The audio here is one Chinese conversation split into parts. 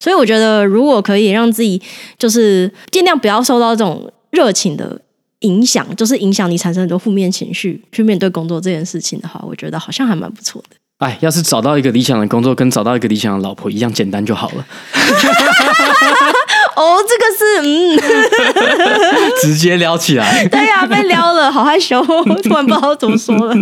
所以我觉得如果可以让自己就是尽量不要受到这种热情的影响，就是影响你产生很多负面情绪去面对工作这件事情的话，我觉得好像还蛮不错的。 哎，要是找到一个理想的工作跟找到一个理想的老婆一样简单就好了。 哦，这个是直接撩起来。 对呀，被撩了，好害羞，突然不知道怎么说了。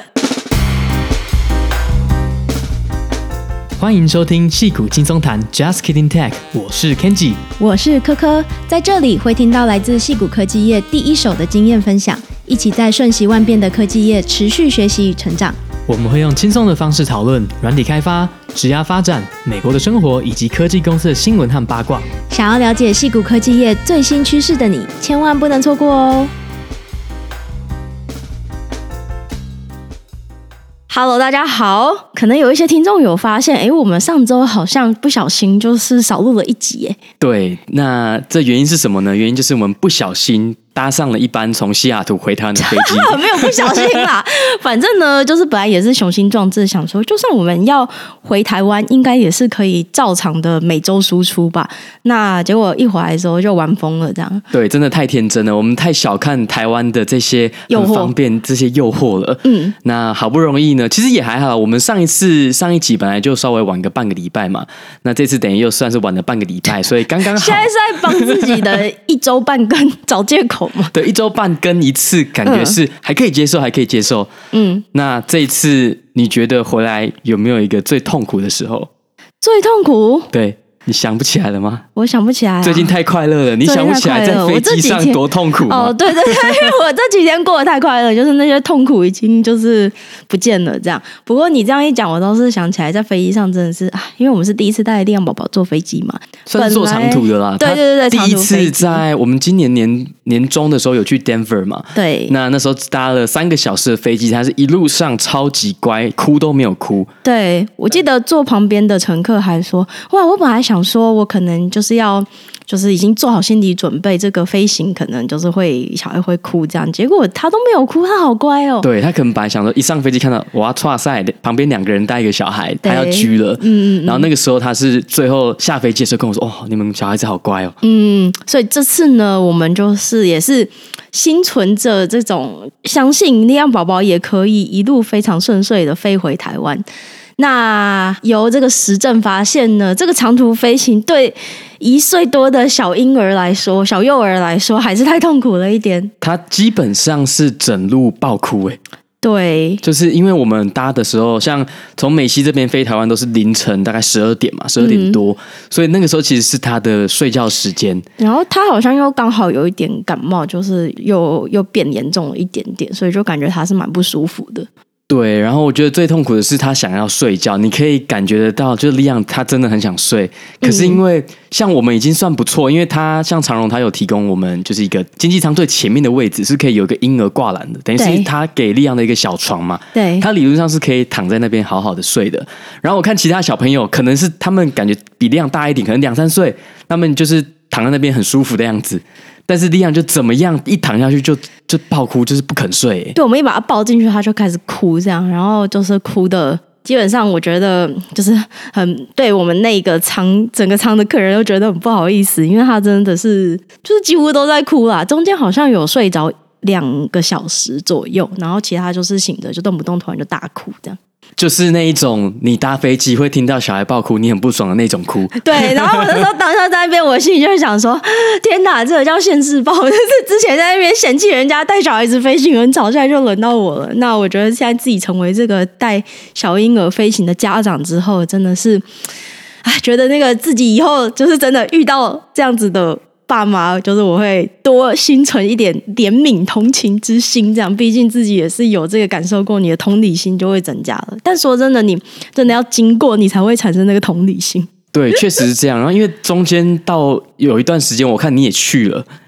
欢迎收听矽谷轻松谈 Just Kidding Tech， 我是 Kenji， 我是科科，在这里会听到来自矽谷科技业第一手的经验分享，一起在瞬息万变的科技业持续学习与成长。 我们会用轻松的方式讨论软体开发、职涯发展、美国的生活以及科技公司的新闻和八卦。 想要了解矽谷科技业最新趋势的你，千万不能错过哦。Hello， 大家好。可能有一些听众有发现，我们上周好像不小心就是少录了一集耶。 对，那这原因是什么呢？原因就是我们不小心搭上了一班从西雅图回台湾的飞机。 没有不小心啦，反正呢，就是本来也是雄心壮志，想说就算我们要回台湾，应该也是可以照常的每周输出吧。那结果一回来的时候就玩疯了，这样。 对，真的太天真了，我们太小看台湾的这些很方便这些诱惑了。那好不容易呢，其实也还好，我们上一集本来就稍微晚个半个礼拜嘛，那这次等于又算是晚了半个礼拜，所以刚刚好。 现在是在帮自己的一周半更找借口吗？ 对，一周半更一次，感觉是还可以接受，还可以接受。那这一次你觉得回来有没有一个最痛苦的时候？ 最痛苦？ 对。你想不起来了吗？ 我想不起来、 最近太快乐了，你想不起来在飞机上多痛苦吗？ 哦，对对对，我这几天过得太快乐，就是那些痛苦已经就是不见了这样。不过你这样一讲，我倒是想起来，在飞机上真的是，因为我们是第一次带亮宝宝坐飞机嘛， 算是坐长途的啦。 对对对， 第一次在我们今年年中的时候有去 Denver 嘛， 对， 那时候搭了3个小时的飞机，他是一路上超级乖，哭都没有哭。 对，我记得坐旁边的乘客还说，哇，我本来想说我可能就是已经做好心理准备，这个飞行可能就是小孩会哭这样，结果他都没有哭，他好乖哦。 对，他可能本来想说一上飞机看到我要剉赛，旁边2个人带一个小孩，他要居了。然后那个时候他是最后下飞机的时候跟我说，哦，你们小孩子好乖哦。 所以这次呢，我们就是也是心存着这种相信亮宝宝也可以一路非常顺遂的飞回台湾。那由这个实证发现呢，这个长途飞行对1岁多的小婴儿来说，小幼儿来说还是太痛苦了一点。 他基本上是整路爆哭耶。 对， 就是因为我们搭的时候，像从美西这边飞台湾都是凌晨大概12点嘛，12点多，所以那个时候其实是他的睡觉时间。然后他好像又刚好有一点感冒，就是又变严重了一点点，所以就感觉他是蛮不舒服的。 对，然后我觉得最痛苦的是他想要睡觉，你可以感觉得到，就是利昂他真的很想睡，可是因为像我们已经算不错，因为他像长荣他有提供我们就是一个经济舱最前面的位置是可以有一个婴儿挂篮的，等于是他给利昂的一个小床嘛， 对， 他理论上是可以躺在那边好好的睡的。然后我看其他小朋友可能是他们感觉比利昂大一点，可能2-3岁，他们就是躺在那边很舒服的样子。但是利昂就怎么样，一躺下去就爆哭，就是不肯睡。 对，我们一把他抱进去，他就开始哭，这样，然后就是哭的，基本上我觉得就是很对我们那个整个舱的客人都觉得很不好意思，因为他真的是就是几乎都在哭啦，中间好像有睡着2个小时左右，然后其他就是醒着就动不动突然就大哭这样。 就是那一种你搭飞机会听到小孩爆哭你很不爽的那种哭。 对，然后我那时候当下在那边我心里就会想说，天哪，这个叫现世报，就是之前在那边嫌弃人家带小孩子飞行很吵，现在就轮到我了。那我觉得现在自己成为这个带小婴儿飞行的家长之后，真的是觉得那个自己以后就是真的遇到这样子的爸妈，就是我会多心存一点怜悯同情之心，这样，毕竟自己也是有这个感受过，你的同理心就会增加了。但说真的，你真的要经过你才会产生那个同理心。 对，确实是这样。然后因为中间到有一段时间我看你也去了，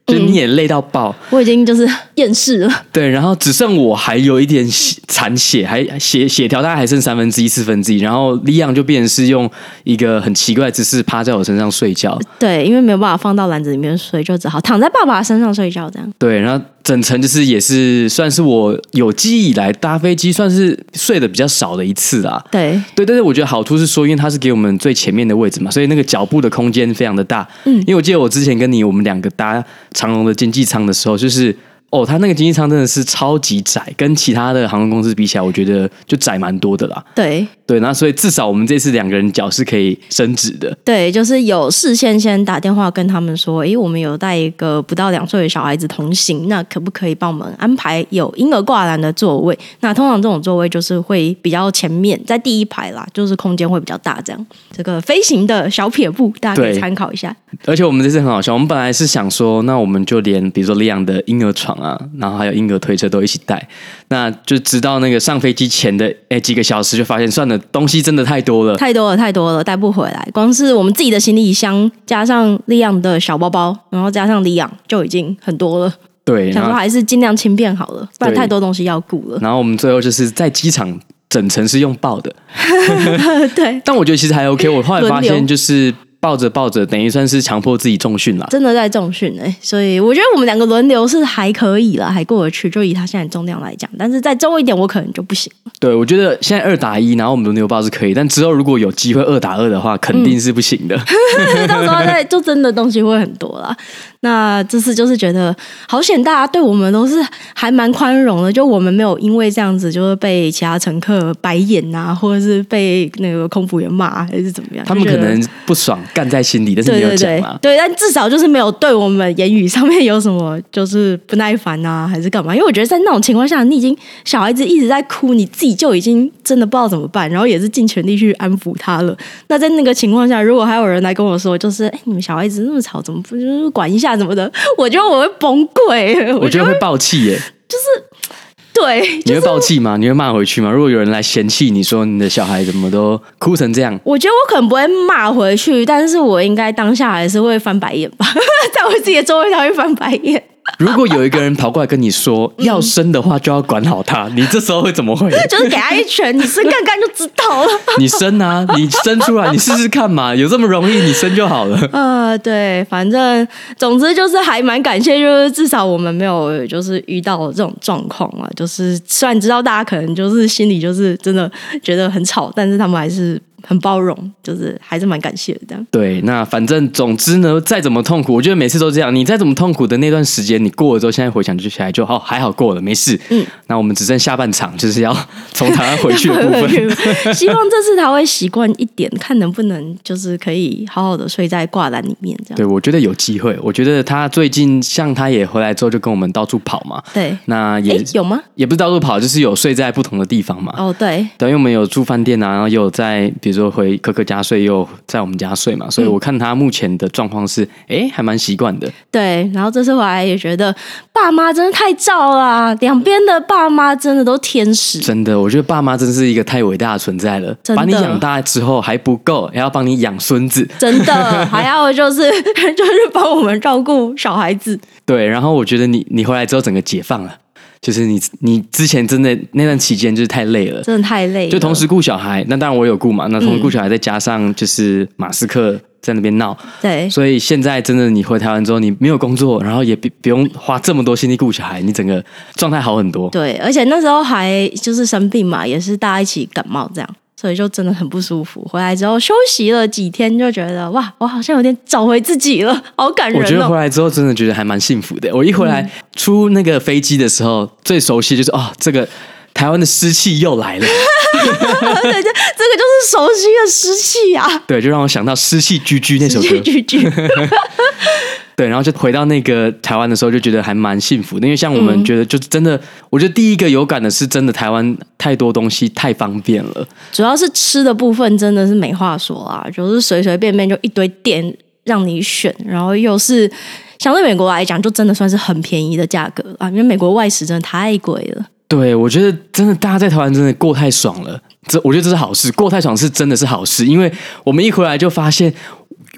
就你也累到爆， 我已经就是厌世了。 对，然后只剩我还有一点残血，还血条大概还剩1/3、1/4，然后利昂就变成是用一个很奇怪的姿势趴在我身上睡觉。 对，因为没有办法放到篮子里面睡，就只好躺在爸爸身上睡觉这样。 对，然后整程就是也是算是我有记忆以来搭飞机算是睡得比较少的一次啦。 对， 但是我觉得好处是说，因为它是给我们最前面的位置嘛，所以那个脚步的空间非常的大。因为我记得我之前跟我们2个搭长荣的经济舱的时候，就是它那个经济舱真的是超级窄，跟其他的航空公司比起来，我觉得就窄蛮多的啦。 对， 那所以至少我们这次2个人脚是可以伸直的。 对，就是有事先打电话跟他们说，我们有带一个不到2岁的小孩子同行，那可不可以帮我们安排有婴儿挂篮的座位？那通常这种座位就是会比较前面，在第一排啦，就是空间会比较大，这样。这个飞行的小撇步，大家可以参考一下。 而且我们这次很好笑，我们本来是想说，那我们就连比如说利昂的婴儿床啊，然后还有婴儿推车都一起带，那就直到那个上飞机前的几个小时就发现，算了，东西真的太多了，太多了，带不回来。光是我们自己的行李箱加上利昂的小包包，然后加上利昂就已经很多了。 对， 想说还是尽量轻便好了，不然太多东西要顾了。 然后我们最后就是在机场整程是用抱的， 对。 但我觉得其实还 OK， 我后来发现就是抱着，等于算是强迫自己重训啦， 真的在重训所以我觉得我们2个轮流是还可以了，还过得去，就以他现在重量来讲，但是再重一点我可能就不行了。 对，我觉得现在2打1，然后我们轮流抱是可以，但之后如果有机会2打2的话，肯定是不行的。 到时候就真的东西会很多啦。那这次就是觉得好险，大家对我们都是还蛮宽容的，就我们没有因为这样子就是被其他乘客白眼啊，或者是被那个空服员骂还是怎么样， 他们可能不爽干在心里，但是没有讲嘛。 对，但至少就是没有对我们言语上面有什么就是不耐烦啊，还是干嘛？因为我觉得在那种情况下，你已经小孩子一直在哭，你自己就已经真的不知道怎么办，然后也是尽全力去安抚他了。那在那个情况下，如果还有人来跟我说，就是你们小孩子那么吵，怎么不就是管一下什么的？我觉得我会崩溃， 我觉得会爆气耶。 就是对， 你会爆气吗？你会骂回去吗？如果有人来嫌弃你说你的小孩怎么都哭成这样， 我觉得我可能不会骂回去，但是我应该当下还是会翻白眼吧，在我自己的座位上会翻白眼。 如果有一个人跑过来跟你说要生的话就要管好他，你这时候会怎么回？ 就是给他一拳，你生看看就知道了。 你生啊，你生出来，你试试看嘛，有这么容易，你生就好了。 对，反正总之就是还蛮感谢，就是至少我们没有就是遇到这种状况啊。就是虽然知道大家可能就是心里就是真的觉得很吵，但是他们还是很包容，就是还是蛮感谢的这样。 对，那反正总之呢，再怎么痛苦，我觉得每次都这样。你再怎么痛苦的那段时间，你过了之后，现在回想起来就好，还好过了，没事。那我们只剩下半场，就是要从台湾回去的部分。 希望这次他会习惯一点，看能不能就是可以好好的睡在挂篮里面这样。 对，我觉得有机会。我觉得他最近像他也回来之后，就跟我们到处跑嘛。 对， 那也有吗？ 也不是到处跑，就是有睡在不同的地方嘛。 对， 因为我们有住饭店啊，然后也有在比如说回可可家睡，又在我们家睡嘛，所以我看他目前的状况是，还蛮习惯的。对， 然后这次回来也觉得爸妈真的太照了，两边的爸妈真的都天使。 真的，我觉得爸妈真是一个太伟大的存在了，把你养大之后还不够，还要帮你养孙子，真的，还要就是帮我们照顾小孩子。对，然后我觉得你回来之后整个解放了。就是你之前真的那段期间就是太累了，真的太累了，就同时顾小孩，那当然我有顾嘛，那同时顾小孩再加上就是马斯克在那边闹，对，所以现在真的你回台湾之后，你没有工作，然后也不用花这么多心力顾小孩，你整个状态好很多。对，而且那时候还就是生病嘛，也是大家一起感冒这样。所以就真的很不舒服，回来之后休息了几天，就觉得哇，我好像有点找回自己了，好感人哦。我觉得回来之后真的觉得还蛮幸福的。我一回来出那个飞机的时候，最熟悉的就是这个台湾的湿气又来了。对，这个就是熟悉的湿气啊。对，就让我想到《湿气居居》那首歌。湿气居居。对，然后就回到那个台湾的时候，就觉得还蛮幸福的，因为像我们觉得，就是真的，我觉得第一个有感的是，真的台湾太多东西太方便了，主要是吃的部分真的是没话说啊，就是随随便便就一堆店让你选，然后又是相对美国来讲，就真的算是很便宜的价格啊，因为美国外食真的太贵了。对，我觉得真的大家在台湾真的过太爽了，我觉得这是好事，过太爽是真的是好事，因为我们一回来就发现。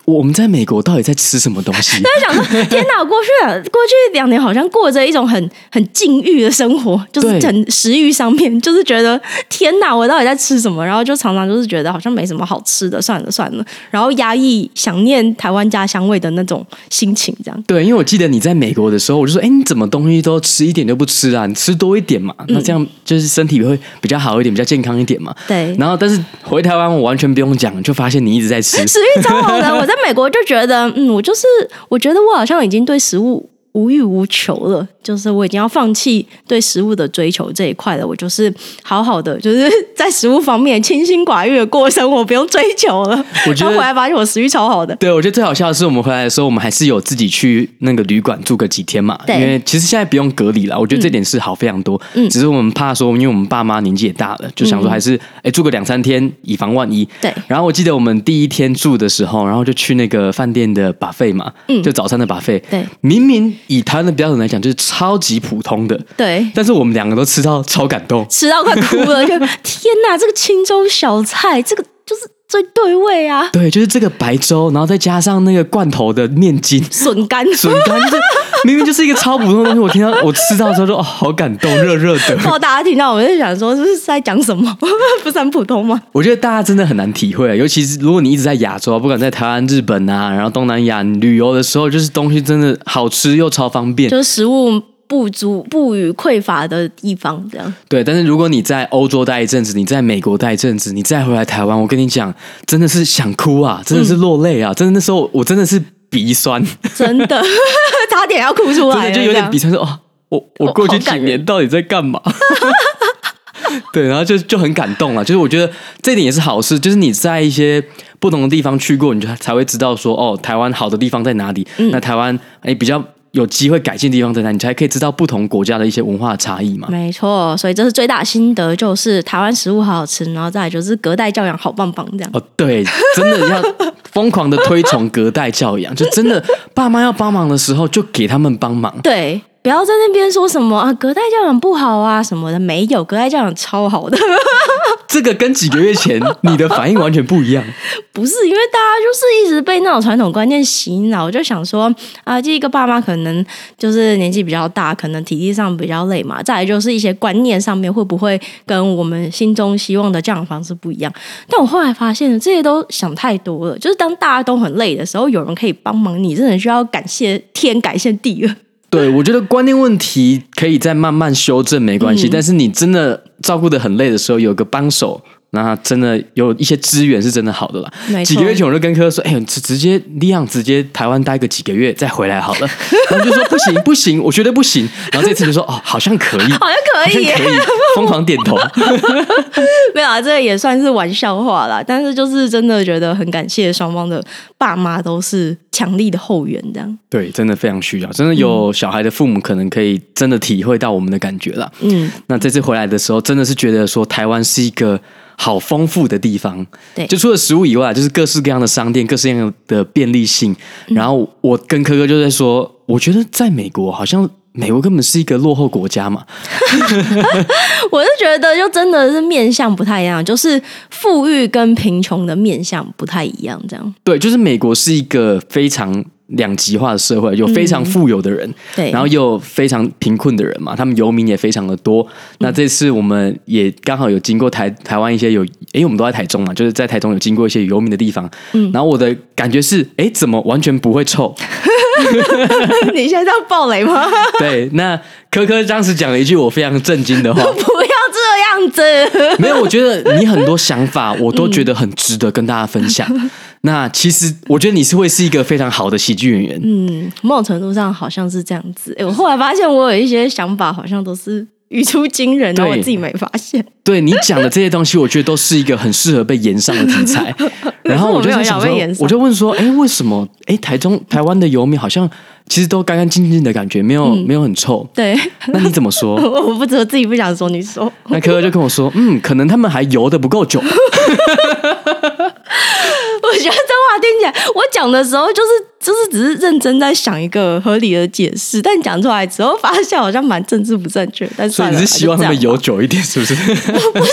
我们在美国到底在吃什么东西？ 在想说，天哪，过去2年好像过着一种很禁欲的生活，就是很食欲上面，就是觉得天哪，我到底在吃什么？然后就常常就是觉得好像没什么好吃的，算了，然后压抑想念台湾家乡味的那种心情，这样。 对，因为我记得你在美国的时候，我就说，你怎么东西都吃一点都不吃啊？你吃多一点嘛，那这样就是身体会比较好一点，比较健康一点嘛。 对。 然后，但是回台湾我完全不用讲，就发现你一直在吃， 食欲超好的。我在美国就觉得，我觉得我好像已经对食物无欲无求了，就是我已经要放弃对食物的追求这一块了。我就是好好的，就是在食物方面清心寡欲的过生活，不用追求了。 我觉得然后回来发现我食欲超好的。 对，我觉得最好笑的是，我们回来的时候，我们还是有自己去那个旅馆住个几天嘛。 对， 因为其实现在不用隔离了，我觉得这点是好非常多。只是我们怕说，因为我们爸妈年纪也大了，就想说还是住个2-3天，以防万一。 对。 然后我记得我们第1天住的时候，然后就去那个饭店的 buffet 嘛，就早餐的 buffet。 对。 明明以台湾的标准来讲，就是超级普通的。 对。 但是我们2个都吃到超感动， 吃到快哭了，就天哪，这个清粥小菜，这个就是最对味啊！ 对，就是这个白粥，然后再加上那个罐头的面筋、 笋干， 就是明明就是一个超普通的东西。我吃到的时候就好感动，热热的。 然后大家听到，我就想说，这是在讲什么？不是很普通吗？ 我觉得大家真的很难体会，尤其是如果你一直在亚洲，不管在台湾、日本啊，然后东南亚旅游的时候，就是东西真的好吃又超方便， 就是食物不予匮乏的地方，这样。 对，但是如果你在欧洲待一阵子，你在美国待一阵子，你再回来台湾，我跟你讲，真的是想哭啊，真的是落泪啊，真的那时候我真的是鼻酸， 真的差点要哭出来了， 真的就有点鼻酸说我过去几年到底在干嘛？对，然后就很感动了，就是我觉得这点也是好事，就是你在一些不同的地方去过，你就才会知道说台湾好的地方在哪里，那台湾比较有机会改进的地方在哪，你才可以知道不同国家的一些文化差异嘛。 没错，所以这是最大心得，就是台湾食物好好吃，然后再来就是隔代教养好棒棒这样。 对，真的要疯狂的推崇隔代教养，就真的爸妈要帮忙的时候就给他们帮忙。 对，不要在那边说什么隔代教养不好啊什么的，没有，隔代教养超好的。 这个跟几个月前你的反应完全不一样。 不是，因为大家就是一直被那种传统观念洗脑，就想说这一个爸妈可能就是年纪比较大，可能体力上比较累嘛，再来就是一些观念上面会不会跟我们心中希望的教养方式不一样。但我后来发现这些都想太多了，就是当大家都很累的时候，有人可以帮忙你，真的需要感谢天感谢地了。 对，我觉得观念问题可以再慢慢修正，没关系。但是你真的照顾得很累的时候，有个帮手，那真的有一些资源是真的好的啦。几个月前我就跟柯说，直接Leon直接台湾待个几个月再回来好了。然后就说不行，我觉得不行。然后这次就说好像可以， 好像可以， 疯狂点头。 没有啊，这个也算是玩笑话啦。但是就是真的觉得很感谢双方的爸妈都是强力的后援，这样。 对，真的非常需要，真的有小孩的父母可能可以真的体会到我们的感觉啦。那这次回来的时候，真的是觉得说台湾是一个好丰富的地方。 对， 就除了食物以外，就是各式各样的商店，各式各样的便利性。然后我跟柯就在说，我觉得在美国好像美国根本是一个落后国家嘛。 我是觉得就真的是面向不太一样，就是富裕跟贫穷的面向不太一样，这样。 对，就是美国是一个非常两极化的社会，有非常富有的人， 对， 然后也有非常贫困的人嘛，他们游民也非常的多。那这次我们也刚好有经过台湾一些我们都在台中嘛，就是在台中有经过一些游民的地方，然后我的感觉是，怎么完全不会臭？ 你现在在爆雷吗？ 对，那柯当时讲了一句我非常震惊的话， 不要这样子。 没有，我觉得你很多想法我都觉得很值得跟大家分享。那其实我觉得你会是一个非常好的喜剧演员。 某种程度上好像是这样子。我后来发现我有一些想法好像都是语出惊人，然后我自己没发现。 对，你讲的这些东西，我觉得都是一个很适合被延上的题材。然后我就在想说，我就问说，为什么台湾的游民好像其实都干干净净的感觉，没有很臭？对，那你怎么说？ 我不知道，自己不想说，你说。 那柯就跟我说，可能他们还游得不够久。 我觉得这话听起来，我讲的时候就是只是认真在想一个合理的解释，但讲出来之后发现好像蛮政治不正确。但所以你是希望他们游久一点，是不是？ 不是，就是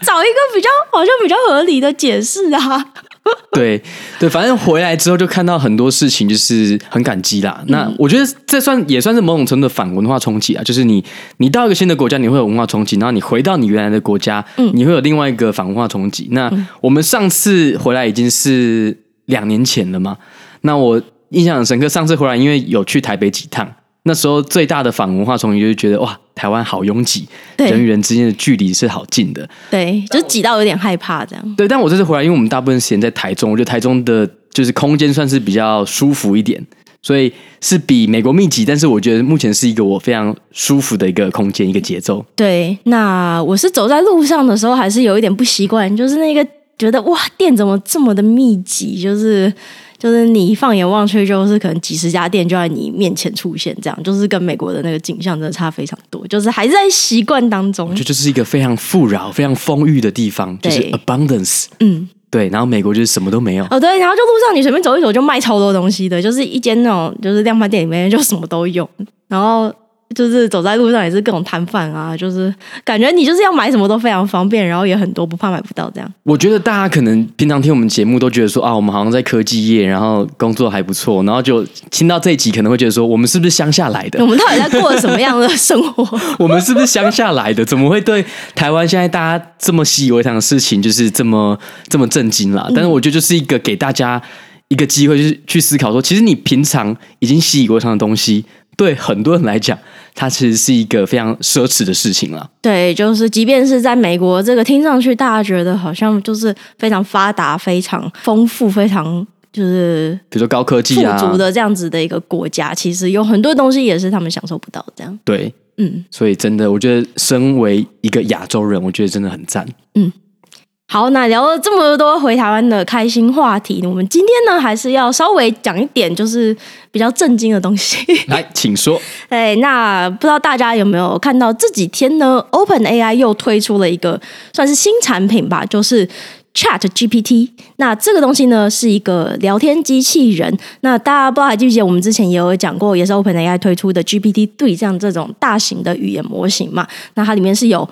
找一个好像比较合理的解释啊。 对，反正回来之后就看到很多事情，就是很感激啦。那我觉得这也算是某种程度的反文化冲击啊，就是你到一个新的国家，你会有文化冲击，然后你回到你原来的国家，你会有另外一个反文化冲击。那我们上次回来已经是2年前了嘛，那我印象很深刻，上次回来因为有去台北几趟。那时候最大的反文化冲击就是觉得哇，台湾好拥挤，人与人之间的距离是好近的， 对，就挤到有点害怕这样。 对，但我这次回来，因为我们大部分时间在台中，我觉得台中的就是空间算是比较舒服一点，所以是比美国密集，但是我觉得目前是一个我非常舒服的一个空间，一个节奏。 对，那我是走在路上的时候还是有一点不习惯，就是那个觉得哇，店怎么这么的密集，就是你放眼望去，就是可能几十家店就在你面前出现，这样就是跟美国的那个景象真的差非常多，就是还是在习惯当中。 这就是一个非常富饶、非常丰裕的地方，就是 abundance。对，然后美国就是什么都没有。 对，然后就路上你随便走一走就卖超多东西的，就是一间那种就是量贩店里面就什么都有，然后就是走在路上也是各种摊贩啊，就是感觉你就是要买什么都非常方便，然后也很多不怕买不到这样。 我觉得大家可能平常听我们节目都觉得说啊，我们好像在科技业，然后工作还不错，然后就听到这一集可能会觉得说，我们是不是乡下来的？ 我们到底在过什么样的生活？ 我们是不是乡下来的？怎么会对台湾现在大家这么习以为常的事情，就是这么震惊啦？但是我觉得就是一个给大家一个机会，就是去思考说，其实你平常已经习以为常的东西，对很多人来讲，它其实是一个非常奢侈的事情啦。对， 就是即便是在美国，这个听上去大家觉得好像就是非常发达、非常丰富、非常就是比如说高科技啊、 富足的这样子的一个国家，其实有很多东西也是他们享受不到这样。 对，所以真的，我觉得身为一个亚洲人，我觉得真的很赞。 好，那聊了这么多回台湾的开心话题，我们今天呢还是要稍微讲一点就是比较震惊的东西。 来，请说。 对，那不知道大家有没有看到这几天呢 OpenAI 又推出了一个算是新产品吧，就是ChatGPT。 那这个东西呢是一个聊天机器人，那大家不知道还记不记得我们之前也有讲过，也是 OpenAI 推出的 GPT-3 像这种大型的语言模型嘛，那它里面是有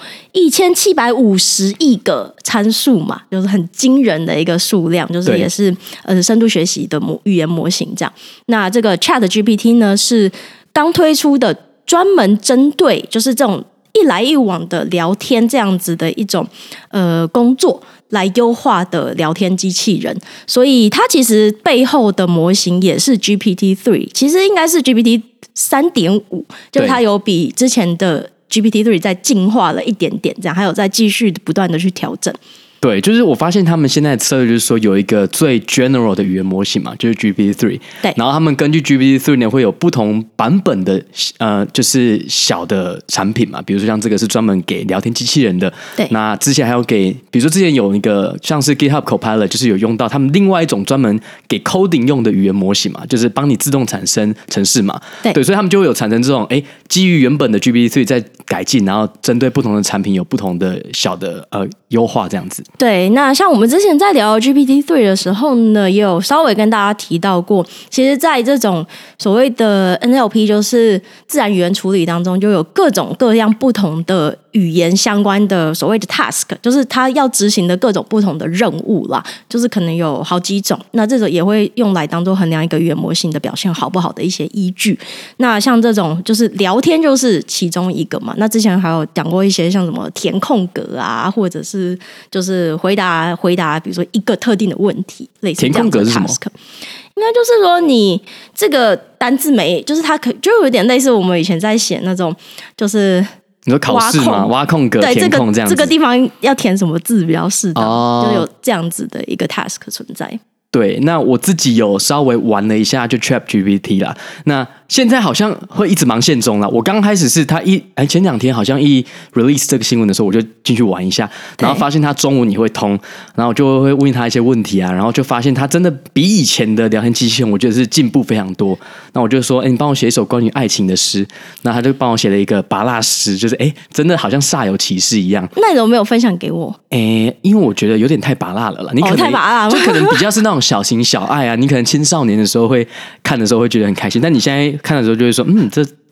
1750亿个参数嘛，就是很惊人的一个数量，就是也是深度学习的语言模型这样。那这个 ChatGPT 呢是刚推出的，专门针对就是这种一来一往的聊天这样子的一种工作来优化的聊天机器人，所以它其实背后的模型也是 GPT-3， 其实应该是 GPT-3.5， 就是它有比之前的 GPT-3 再进化了一点点，这样还有再继续不断的去调整。 对，就是我发现他们现在的策略就是说有一个最 general 的语言模型嘛，就是 GPT-3。 对， 然后他们根据 GPT-3 呢会有不同版本的就是小的产品嘛，比如说像这个是专门给聊天机器人的。 对， 那之前还有给，比如说之前有一个像是 GitHub Copilot， 就是有用到他们另外一种专门给 coding 用的语言模型嘛，就是帮你自动产生程式嘛。对，所以他们就会有产生这种基于原本的 GPT-3 再改进，然后针对不同的产品有不同的小的优化这样子。 对，那像我们之前在聊 GPT-3 的时候呢，也有稍微跟大家提到过，其实在这种所谓的 NLP 就是自然语言处理当中，就有各种各样不同的语言相关的所谓的 task， 就是它要执行的各种不同的任务啦，就是可能有好几种，那这种也会用来当做衡量一个语言模型的表现好不好的一些依据。那像这种就是聊天就是其中一个嘛，那之前还有讲过一些像什么填空格啊，或者是就是回答比如说一个特定的问题，类似这样子的 task。填空格是什么？应该就是说你这个单字没，就是它就有点类似我们以前在写那种就是你说考试吗？挖空格、填空这样子。 这个地方要填什么字比较适当，就有这样子的一个 task 存在。 对，那我自己有稍微玩了一下就 ChatGPT 啦，那现在好像会一直忙线中啦。我刚开始是他前2天好像一 release 这个新闻的时候，我就进去玩一下，然后发现他中文也会通，然后就会问他一些问题啊，然后就发现他真的比以前的聊天机器人，我觉得是进步非常多。那我就说，你帮我写一首关于爱情的诗，那他就帮我写了一个拔蜡诗，就是真的好像煞有其事一样。 那你怎么没有分享给我？ 因为我觉得有点太拔蜡了啦，你可能太拔蜡了， 就可能比较是那种小情小爱啊，你可能青少年的时候会看的时候会觉得很开心，但你现在看的时候就会说，这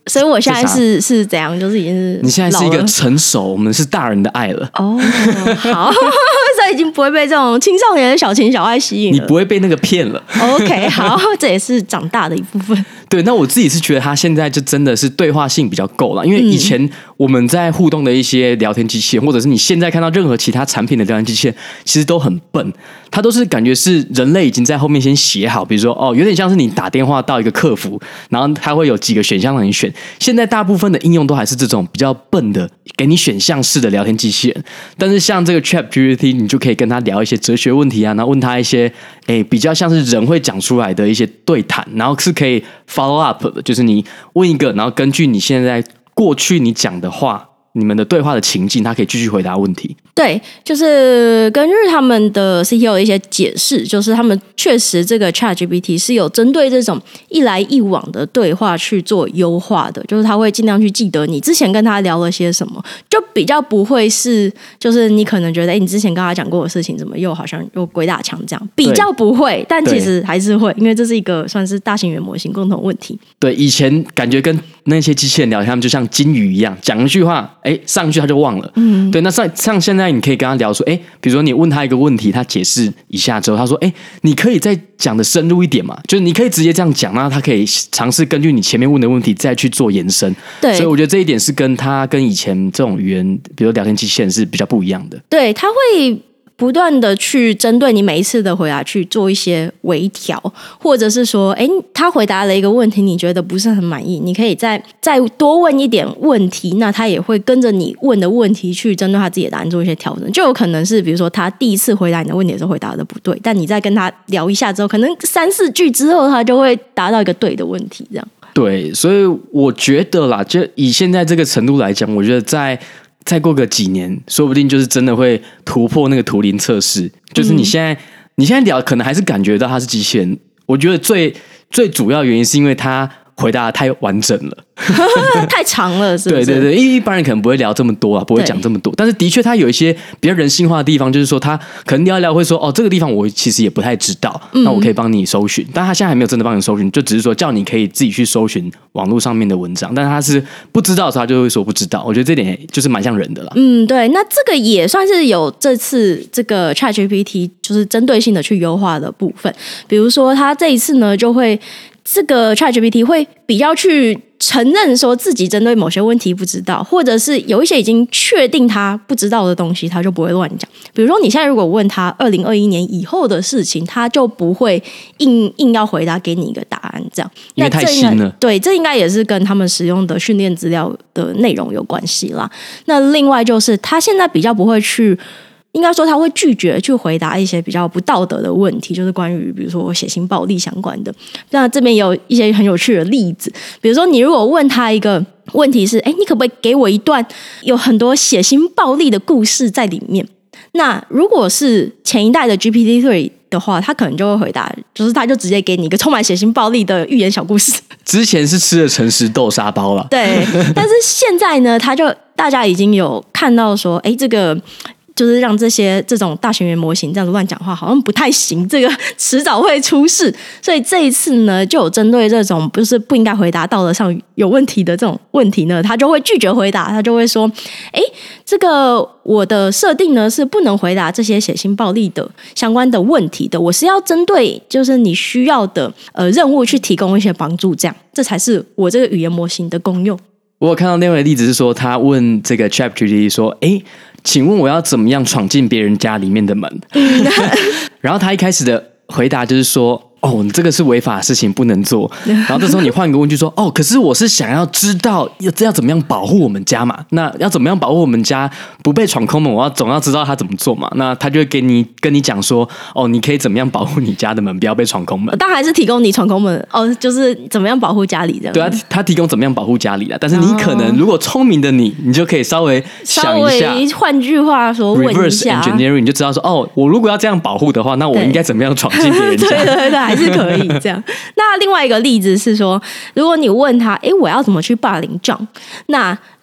所以我现在是怎样？就是已经是你现在是一个成熟，我们是大人的爱了。 哦，好，所以已经不会被这种青少年的小情小爱吸引了， 你不会被那个骗了。 OK， 好，这也是长大的一部分。 对，那我自己是觉得他现在就真的是对话性比较够了，因为以前我们在互动的一些聊天机器人，或者是你现在看到任何其他产品的聊天机器人，其实都很笨，它都是感觉是人类已经在后面先写好，比如说有点像是你打电话到一个客服，然后他会有几个选项让你选。现在大部分的应用都还是这种比较笨的，给你选项式的聊天机器人。但是像这个 ChatGPT， 你就可以跟他聊一些哲学问题啊，然后问他一些比较像是人会讲出来的一些对谈，然后是可以 follow up 的，就是你问一个，然后根据你现在过去你讲的话，你们的对话的情境，他可以继续回答问题。 对，就是根据他们的 CTO 的一些解释，就是他们确实这个 ChatGPT 是有针对这种一来一往的对话去做优化的，就是他会尽量去记得你之前跟他聊了些什么，就比较不会是就是你可能觉得你之前跟他讲过的事情怎么又好像又鬼打墙这样，比较不会，但其实还是会，因为这是一个算是大型语言模型共同问题。 对，以前感觉跟那些机器人聊天，他们就像金鱼一样，讲一句话，上一句他就忘了。对，那像现在你可以跟他聊说，比如说你问他一个问题，他解释一下之后，他说，你可以再讲的深入一点嘛，就是你可以直接这样讲，那他可以尝试根据你前面问的问题再去做延伸。 对， 所以我觉得这一点是跟以前这种语言，比如聊天机器人是比较不一样的。 对，他会不断的去针对你每一次的回答去做一些微调，或者是说他回答了一个问题你觉得不是很满意，你可以再多问一点问题，那他也会跟着你问的问题去针对他自己的答案做一些调整。就有可能是比如说他第一次回答你的问题的时候回答的不对，但你再跟他聊一下之后，可能3-4句之后他就会达到一个对的问题这样。 对，所以我觉得啦，就以现在这个程度来讲，我觉得再过个几年，说不定就是真的会突破那个图灵测试。就是你现在聊，可能还是感觉到它是机器人。我觉得最主要原因是因为它回答得太完整了， 太长了，是不是？ 对对对，因为一般人可能不会聊这么多啊，不会讲这么多。但是的确，它有一些比较人性化的地方，就是说他可能聊一聊会说，这个地方我其实也不太知道，那我可以帮你搜寻。但他现在还没有真的帮你搜寻，就只是说叫你可以自己去搜寻网络上面的文章。但是他是不知道的时候，他就会说不知道。我觉得这点就是蛮像人的啦。 对，那这个也算是有这次这个 ChatGPT 就是针对性的去优化的部分。比如说，他这一次呢，就会这个 ChatGPT 会比较去承认说自己针对某些问题不知道，或者是有一些已经确定他不知道的东西，他就不会乱讲。比如说你现在如果问他2021年以后的事情，他就不会硬要回答给你一个答案这样， 因为太新了。 对，这应该也是跟他们使用的训练资料的内容有关系啦。那另外就是他现在比较不会去，应该说他会拒绝去回答一些比较不道德的问题，就是关于比如说血腥暴力相关的。那这边有一些很有趣的例子，比如说你如果问他一个问题是，你可不可以给我一段有很多血腥暴力的故事在里面？那如果是前一代的 GPT-3 的话，他可能就会回答，就是他就直接给你一个充满血腥暴力的寓言小故事。 之前是吃了诚实豆沙包了， 对，但是现在呢，大家已经有看到说，这个就是让这种大型语言模型这样子乱讲话好像不太行，这个迟早会出事。所以这一次呢，就有针对这种就是不应该回答道德上有问题的这种问题呢，他就会拒绝回答，他就会说，这个我的设定呢是不能回答这些血腥暴力的相关的问题的，我是要针对就是你需要的任务去提供一些帮助，这才是我这个语言模型的功用。 我有看到另外的例子是说，他问这个 ChatGPT 说，请问我要怎么样闯进别人家里面的门？然后他一开始的回答就是说，你这个是违法的事情，不能做。然后这时候你换个问句说，可是我是想要知道要怎么样保护我们家嘛？那要怎么样保护我们家不被闯空门？我总要知道他怎么做嘛。那他就会跟你讲说，你可以怎么样保护你家的门，不要被闯空门。 但还是提供你闯空门就是怎么样保护家里这样。 对啊，他提供怎么样保护家里啦。但是你可能如果聪明的你就可以稍微想一下， 换句话说问一下 reverse engineering， 你就知道说，我如果要这样保护的话，那我应该怎么样闯进别人家？ 对，还是可以这样。那另外一个例子是说，如果你问他，我要怎么去霸凌John？那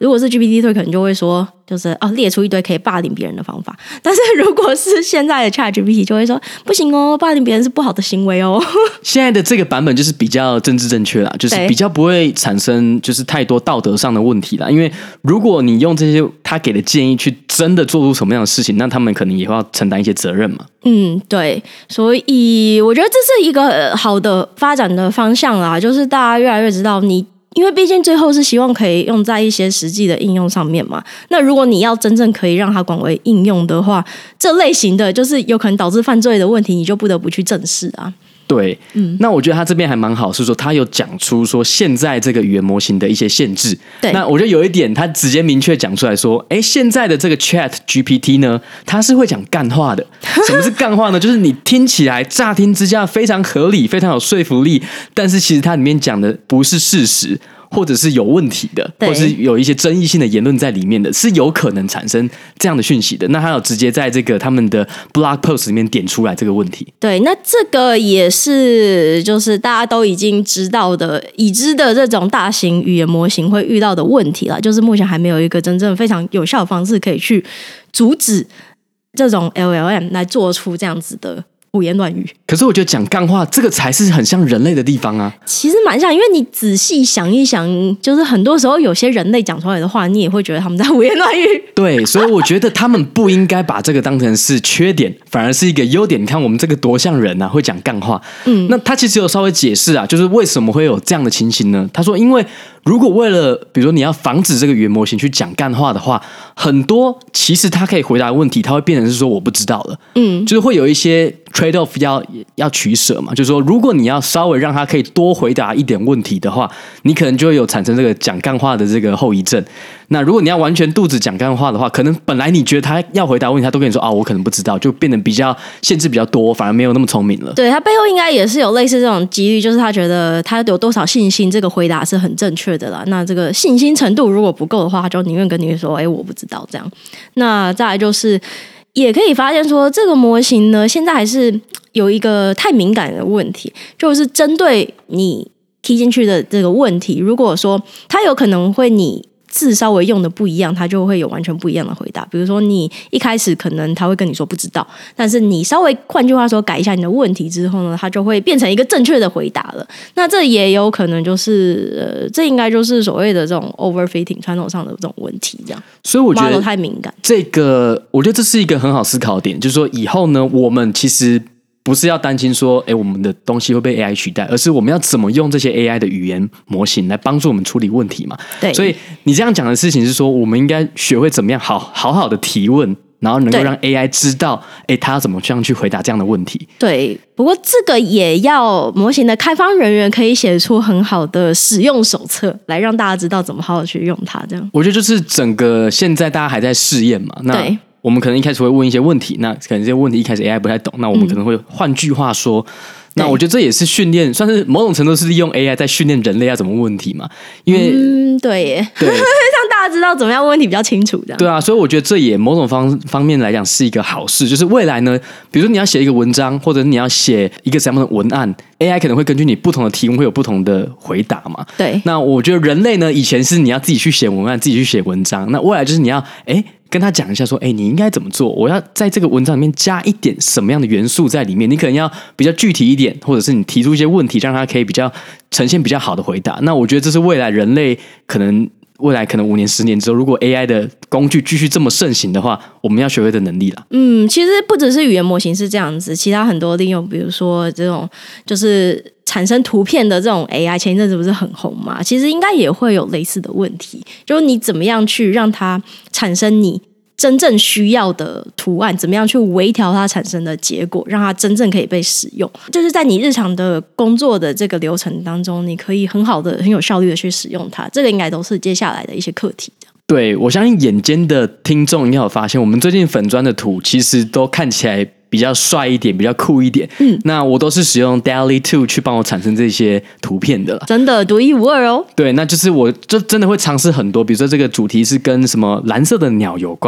如果是 GPT-3 可能就会说就是列出一堆可以霸凌别人的方法，但是如果是现在的 ChatGPT 就会说不行哦，霸凌别人是不好的行为哦。 现在的这个版本就是比较政治正确啦，就是比较不会产生就是太多道德上的问题啦，因为如果你用这些他给的建议去真的做出什么样的事情，那他们可能也会要承担一些责任嘛。 对，所以我觉得这是一个好的发展的方向啦，就是大家越来越知道你，因为毕竟最后是希望可以用在一些实际的应用上面嘛。那如果你要真正可以让它广为应用的话，这类型的就是有可能导致犯罪的问题，你就不得不去正视啊。 对，那我觉得他这边还蛮好，是说他有讲出说现在这个语言模型的一些限制。 对， 那我觉得有一点他直接明确讲出来说，现在的这个 Chat GPT 呢，它是会讲干话的。什么是干话呢？就是你听起来乍听之下非常合理，非常有说服力，但是其实它里面讲的不是事实，或者是有问题的，或者是有一些争议性的言论在里面的，是有可能产生这样的讯息的。那他有直接在这个他们的 blog post 里面点出来这个问题。 对，那这个也是就是大家都已经知道的已知的这种大型语言模型会遇到的问题啦，就是目前还没有一个真正非常有效的方式可以去阻止这种 LLM 来做出这样子的胡言乱语。 可是我觉得讲干话这个才是很像人类的地方啊。 其实蛮像，因为你仔细想一想，就是很多时候有些人类讲出来的话，你也会觉得他们在胡言乱语。 对，所以我觉得他们不应该把这个当成是缺点，反而是一个优点。你看我们这个多像人啊，会讲干话。那他其实有稍微解释啊，就是为什么会有这样的情形呢？他说，因为如果为了比如说你要防止这个语言模型去讲干话的话，很多其实他可以回答的问题，他会变成是说我不知道了。就是会有一些 trade off 要取舍嘛，就是说如果你要稍微让他可以多回答一点问题的话，你可能就会有产生这个讲干话的这个后遗症。那如果你要完全肚子讲干话的话，可能本来你觉得他要回答问题，他都跟你说我可能不知道，就变得比较限制比较多，反而没有那么聪明了。 对，他背后应该也是有类似这种几率，就是他觉得他有多少信心这个回答是很正确的啦。那这个信心程度如果不够的话，他就宁愿跟你说我不知道这样。那再来就是也可以发现说，这个模型呢现在还是有一个太敏感的问题，就是针对你踢进去的这个问题，如果说它有可能会你字稍微用的不一样，它就会有完全不一样的回答。比如说你一开始可能他会跟你说不知道，但是你稍微换句话说改一下你的问题之后呢，它就会变成一个正确的回答了。那这也有可能就是这应该就是所谓的这种 overfitting 传统上的这种问题这样。 所以我觉得 model 太敏感， 我觉得这是一个很好思考的点，就是说以后呢，我们其实不是要担心说我们的东西会被 AI 取代，而是我们要怎么用这些 AI 的语言模型来帮助我们处理问题嘛。 对， 所以你这样讲的事情是说，我们应该学会怎么样好好的提问，然后能够让 AI 知道他要怎么样去回答这样的问题。 对，不过这个也要模型的开发人员可以写出很好的使用手册，来让大家知道怎么好好去用它这样。 我觉得就是整个现在大家还在试验嘛，那我们可能一开始会问一些问题，那可能这些问题一开始 AI 不太懂，那我们可能会换句话说，那我觉得这也是训练，算是某种程度是利用 AI 在训练人类要怎么问问题嘛。因为对耶， 对， 让大家知道怎么样问问题比较清楚这样。 对啊，所以我觉得这也某种方面来讲是一个好事，就是未来呢，比如说你要写一个文章，或者你要写一个什么样的文案， AI 可能会根据你不同的提问会有不同的回答嘛。 对， 那我觉得人类呢，以前是你要自己去写文案，自己去写文章，那未来就是你要跟他讲一下说，你应该怎么做？我要在这个文章里面加一点什么样的元素在里面？你可能要比较具体一点，或者是你提出一些问题，让他可以比较呈现比较好的回答。那我觉得这是未来人类未来可能5年10年之后，如果 AI 的工具继续这么盛行的话，我们要学会的能力啦。 其实不只是语言模型是这样子，其他很多利用，比如说这种就是产生图片的这种 AI， 前一阵子不是很红嘛？其实应该也会有类似的问题，就是你怎么样去让它产生你真正需要的图案，怎么样去微调它产生的结果，让它真正可以被使用。就是在你日常的工作的这个流程当中，你可以很好的、很有效率的去使用它。这个应该都是接下来的一些课题。 对，我相信眼尖的听众应该有发现，我们最近粉专的图其实都看起来比较帅一点，比较酷一点。那我都是使用 DALL-E 2去帮我产生这些图片的啦， 真的独一无二哦。 对，那就是我就真的会尝试很多，比如说这个主题是跟什么蓝色的鸟有关，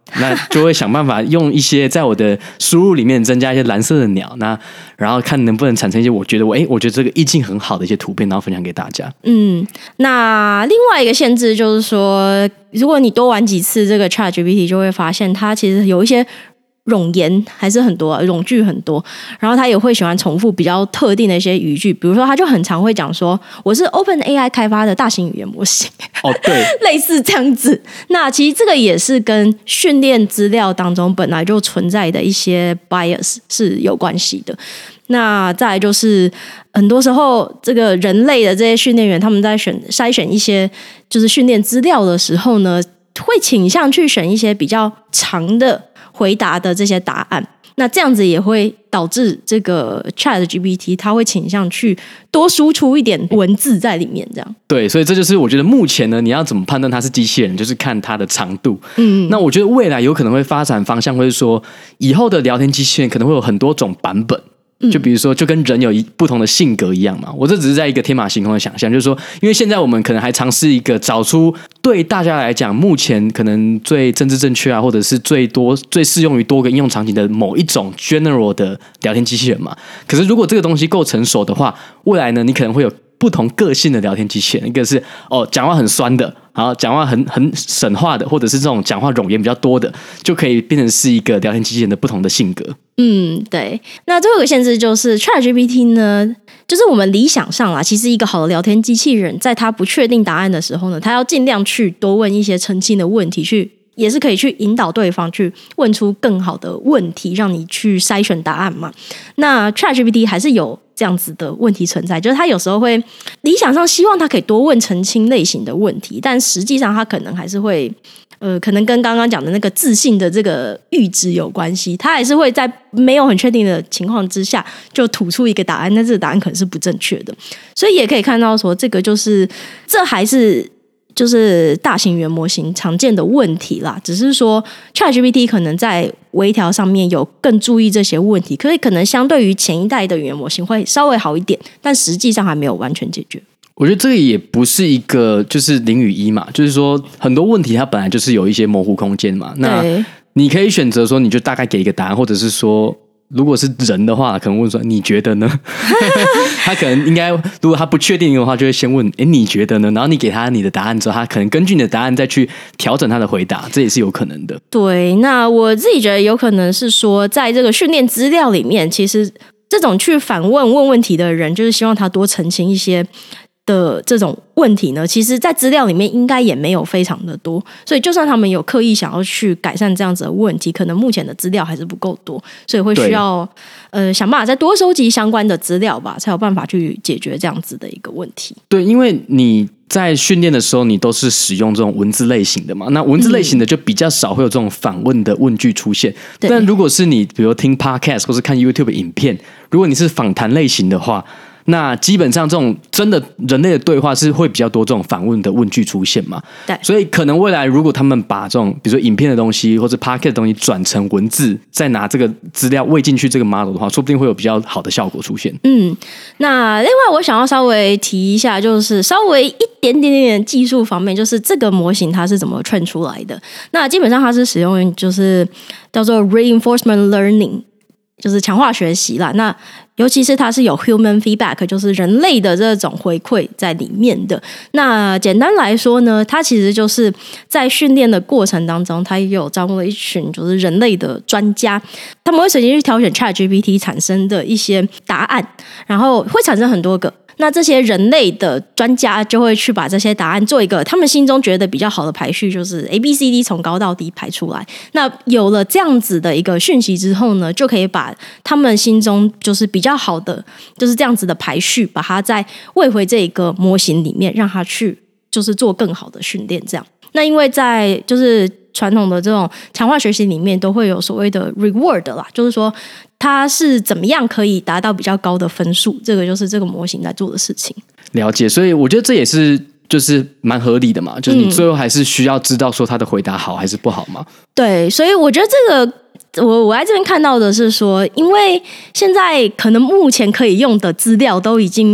那就会想办法用一些在我的输入里面增加一些蓝色的鸟，那然后看能不能产生一些我觉得这个意境很好的一些图片，然后分享给大家。 那另外一个限制就是说，如果你多玩几次这个 ChatGPT， 就会发现它其实有一些冗言还是很多，冗句很多，然后他也会喜欢重复比较特定的一些语句，比如说他就很常会讲说我是 OpenAI 开发的大型语言模型， 对， 类似这样子。那其实这个也是跟训练资料当中本来就存在的一些 bias 是有关系的。那再来就是很多时候这个人类的这些训练员他们在筛选一些就是训练资料的时候呢，会倾向去选一些比较长的回答的这些答案，那这样子也会导致这个 ChatGPT 它会倾向去多输出一点文字在里面，这样。 对，所以这就是我觉得目前呢，你要怎么判断它是机器人，就是看它的长度。那我觉得未来有可能会发展方向，会是说以后的聊天机器人可能会有很多种版本。就比如说就跟人有不同的性格一样嘛，我这只是在一个天马行空的想象，就是说因为现在我们可能还尝试一个找出对大家来讲目前可能最政治正确啊，或者是最适用于多个应用场景的某一种 general 的聊天机器人嘛。可是如果这个东西够成熟的话，未来呢你可能会有不同个性的聊天机器人，一个是讲话很酸的，然后讲话很省话的，或者是这种讲话冗言比较多的，就可以变成是一个聊天机器人的不同的性格。 对。那最后一个限制就是 ChatGPT 呢，就是我们理想上啦，其实一个好的聊天机器人在它不确定答案的时候呢，它要尽量去多问一些澄清的问题，也是可以去引导对方去问出更好的问题，让你去筛选答案嘛。那 ChatGPT 还是有这样子的问题存在，就是他有时候会理想上希望他可以多问澄清类型的问题，但实际上他可能还是会可能跟刚刚讲的那个自信的这个阈值有关系，他还是会在没有很确定的情况之下就吐出一个答案，但这个答案可能是不正确的。所以也可以看到说，这还是就是大型语言模型常见的问题啦，只是说 ChatGPT 可能在微调上面有更注意这些问题，可能相对于前一代的语言模型会稍微好一点，但实际上还没有完全解决。 我觉得这个也不是一个就是0与1嘛，就是说很多问题它本来就是有一些模糊空间嘛，那你可以选择说你就大概给一个答案，或者是说如果是人的话可能问说你觉得呢他可能应该如果他不确定的话就会先问你觉得呢，然后你给他你的答案之后，他可能根据你的答案再去调整他的回答，这也是有可能的。 对，那我自己觉得有可能是说在这个训练资料里面，其实这种去反问问题的人，就是希望他多澄清一些的这种问题呢，其实在资料里面应该也没有非常的多，所以就算他们有刻意想要去改善这样子的问题，可能目前的资料还是不够多，所以会需要想办法再多收集相关的资料吧，才有办法去解决这样子的一个问题。 对，因为你在训练的时候你都是使用这种文字类型的嘛，那文字类型的就比较少会有这种反问的问句出现，但如果是你比如听 podcast 或是看 YouTube 影片，如果你是访谈类型的话，那基本上这种真的人类的对话是会比较多这种反问的问句出现嘛？ 对， 所以可能未来如果他们把这种比如说影片的东西或者 podcast 的东西转成文字，再拿这个资料喂进去这个 model 的话，说不定会有比较好的效果出现。 那另外我想要稍微提一下，就是稍微一点点技术方面，就是这个模型它是怎么train出来的。那基本上它是使用就是叫做 reinforcement learning， 就是强化学习啦。那尤其是它是有 human feedback， 就是人类的这种回馈在里面的。那简单来说呢，它其实就是在训练的过程当中，它也有招募了一群就是人类的专家，他们会首先去挑选 ChatGPT 产生的一些答案，然后会产生很多个。那这些人类的专家就会去把这些答案做一个他们心中觉得比较好的排序，就是 ABCD 从高到低排出来。那有了这样子的一个讯息之后呢，就可以把他们心中就是比较好的就是这样子的排序，把它再喂回这个模型里面，让它去就是做更好的训练。这样，那因为在就是传统的这种强化学习里面都会有所谓的 reward 啦，就是说它是怎么样可以达到比较高的分数，这个就是这个模型在做的事情。 了解，所以我觉得这也是就是蛮合理的嘛，就是你最后还是需要知道说他的回答好还是不好嘛。 对，所以我觉得这个我在这边看到的是说，因为现在可能目前可以用的资料都已经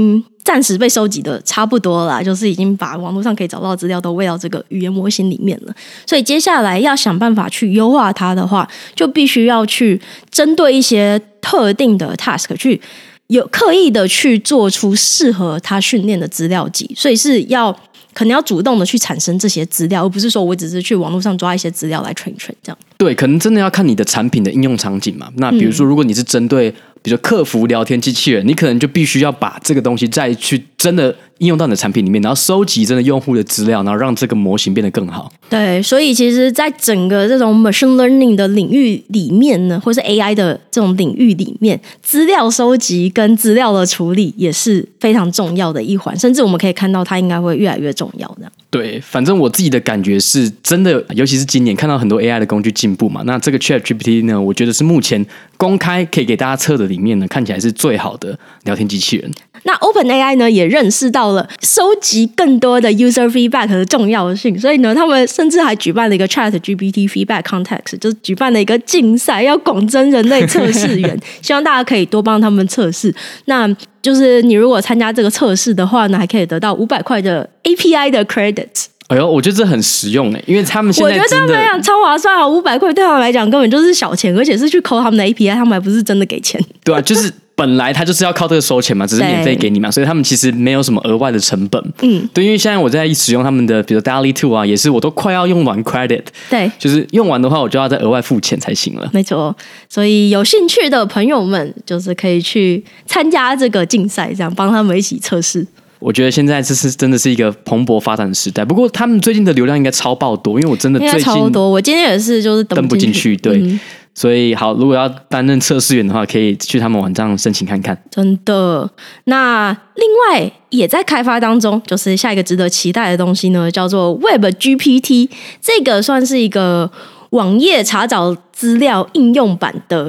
暂时被收集的差不多了，就是已经把网络上可以找到的资料都喂到这个语言模型里面了。所以接下来要想办法去优化它的话，就必须要去针对一些特定的 task 去有刻意的去做出适合它训练的资料集，所以是可能要主动的去产生这些资料，而不是说我只是去网络上抓一些资料来 train 这样。 对，可能真的要看你的产品的应用场景嘛。那比如说，如果你是针对比如说客服聊天机器人，你可能就必须要把这个东西再去真的应用到你的产品里面，然后收集真的用户的资料，然后让这个模型变得更好。 对，所以其实在整个这种 machine learning 的领域里面呢，或是 AI 的这种领域里面，资料收集跟资料的处理也是非常重要的一环，甚至我们可以看到它应该会越来越重要的。 对，反正我自己的感觉是真的，尤其是今年看到很多 AI 的工具进步嘛，那这个 ChatGPT 呢，我觉得是目前公开可以给大家测的里面呢，看起来是最好的聊天机器人。 那 OpenAI 呢也认识到了收集更多的 user feedback 的重要性，所以呢，他们甚至还举办了一个 ChatGPT Feedback Contest， 就是举办了一个竞赛，要广征人类测试员，希望大家可以多帮他们测试。那就是你如果参加这个测试的话呢，还可以得到500块的 API 的 credits。 哎呦，我觉得这很实用因为他们现在真的， 我觉得对他们来讲超划算啊，500块对他们来讲根本就是小钱，而且是去抠他们的 API， 他们还不是真的给钱。 对啊，就是本来他就是要靠这个收钱嘛，只是免费给你嘛，所以他们其实没有什么额外的成本。对，因为现在我在使用他们的，比如 DALL-E 2啊，也是我都快要用完 credit， 对， 就是用完的话，我就要再额外付钱才行了。 没错，所以有兴趣的朋友们，就是可以去参加这个竞赛，这样帮他们一起测试。 我觉得现在这是真的是一个蓬勃发展的时代，不过他们最近的流量应该超爆多，因为我真的最近超多，我今天也是就是登不进去，对。所以好，如果要担任测试员的话，可以去他们网站申请看看。 真的。那另外也在开发当中，就是下一个值得期待的东西呢，叫做 WebGPT， 这个算是一个网页查找资料应用版的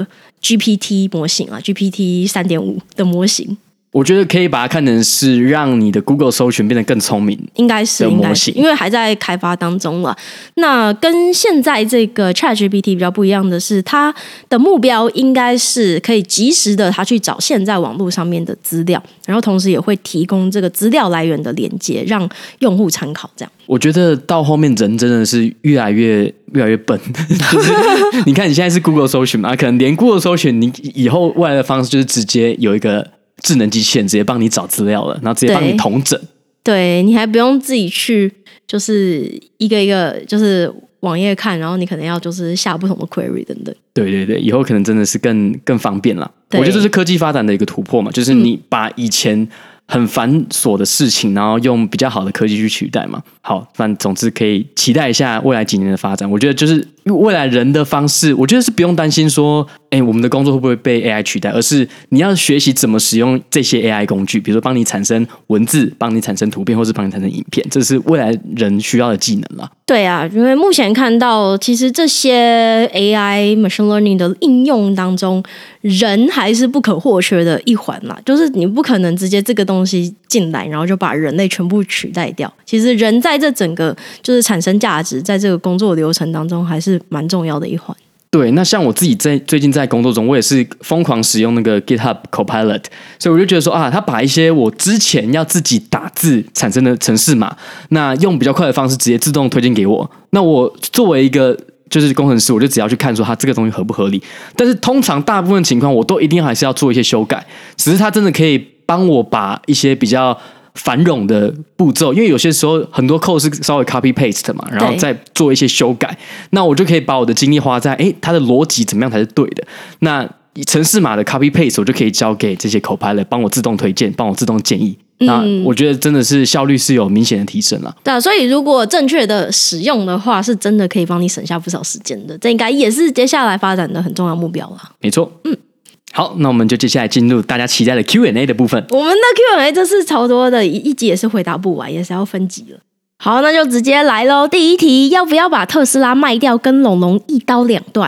GPT 模型啊 ，GPT 3.5 的模型。 我觉得可以把它看成是让你的 Google 搜寻变得更聪明， 应该是，因为还在开发当中了。那跟现在这个 ChatGPT 比较不一样的是，它的目标应该是可以及时的它去找现在网络上面的资料，然后同时也会提供这个资料来源的连接，让用户参考。这样， 我觉得到后面人真的是越来越笨，就是你看你现在是 Google 搜寻嘛，可能连 Google 搜寻，你以后未来的方式就是直接有一个智能机器人直接帮你找资料了，然后直接帮你统整。 对，你还不用自己去，就是一个一个就是网页看，然后你可能要就是下不同的 query 等等。 对对对，以后可能真的是更方便了。我觉得这是科技发展的一个突破嘛，就是你把以前很繁琐的事情，然后用比较好的科技去取代嘛。好，反正总之可以期待一下未来几年的发展。我觉得就是未来人的方式，我觉得是不用担心说，我们的工作会不会被 AI 取代，而是你要学习怎么使用这些 AI 工具，比如说帮你产生文字，帮你产生图片，或是帮你产生影片，这是未来人需要的技能啦。 对啊，因为目前看到，其实这些 AI machine learning 的应用当中，人还是不可或缺的一环啦。就是你不可能直接这个东西进来，然后就把人类全部取代掉。其实人在这整个就是产生价值，在这个工作流程当中，还是蛮重要的一环。 对，那像我自己最近在工作中，我也是疯狂使用那个 GitHub Copilot， 所以我就觉得说他把一些我之前要自己打字产生的程式码，那用比较快的方式直接自动推荐给我。那我作为一个就是工程师，我就只要去看说它这个东西合不合理。但是通常大部分情况，我都一定还是要做一些修改，只是它真的可以帮我把一些比较繁冗的步骤，因为有些时候很多 code 是稍微 copy paste 嘛，然后再做一些修改，那我就可以把我的精力花在它的逻辑怎么样才是对的。那程式码的 copy paste 我就可以交给这些 Copilot 帮我自动推荐，帮我自动建议。那我觉得真的是效率是有明显的提升了。 对啊，所以如果正确的使用的话，是真的可以帮你省下不少时间的。这应该也是接下来发展的很重要目标啦。 没错，好，那我们就接下来进入大家期待的 Q&A 的部分。 我们的 Q&A 这是超多的，一集也是回答不完，也是要分级了。好，那就直接来咯。第一题，要不要把特斯拉卖掉，跟龙龙一刀两断？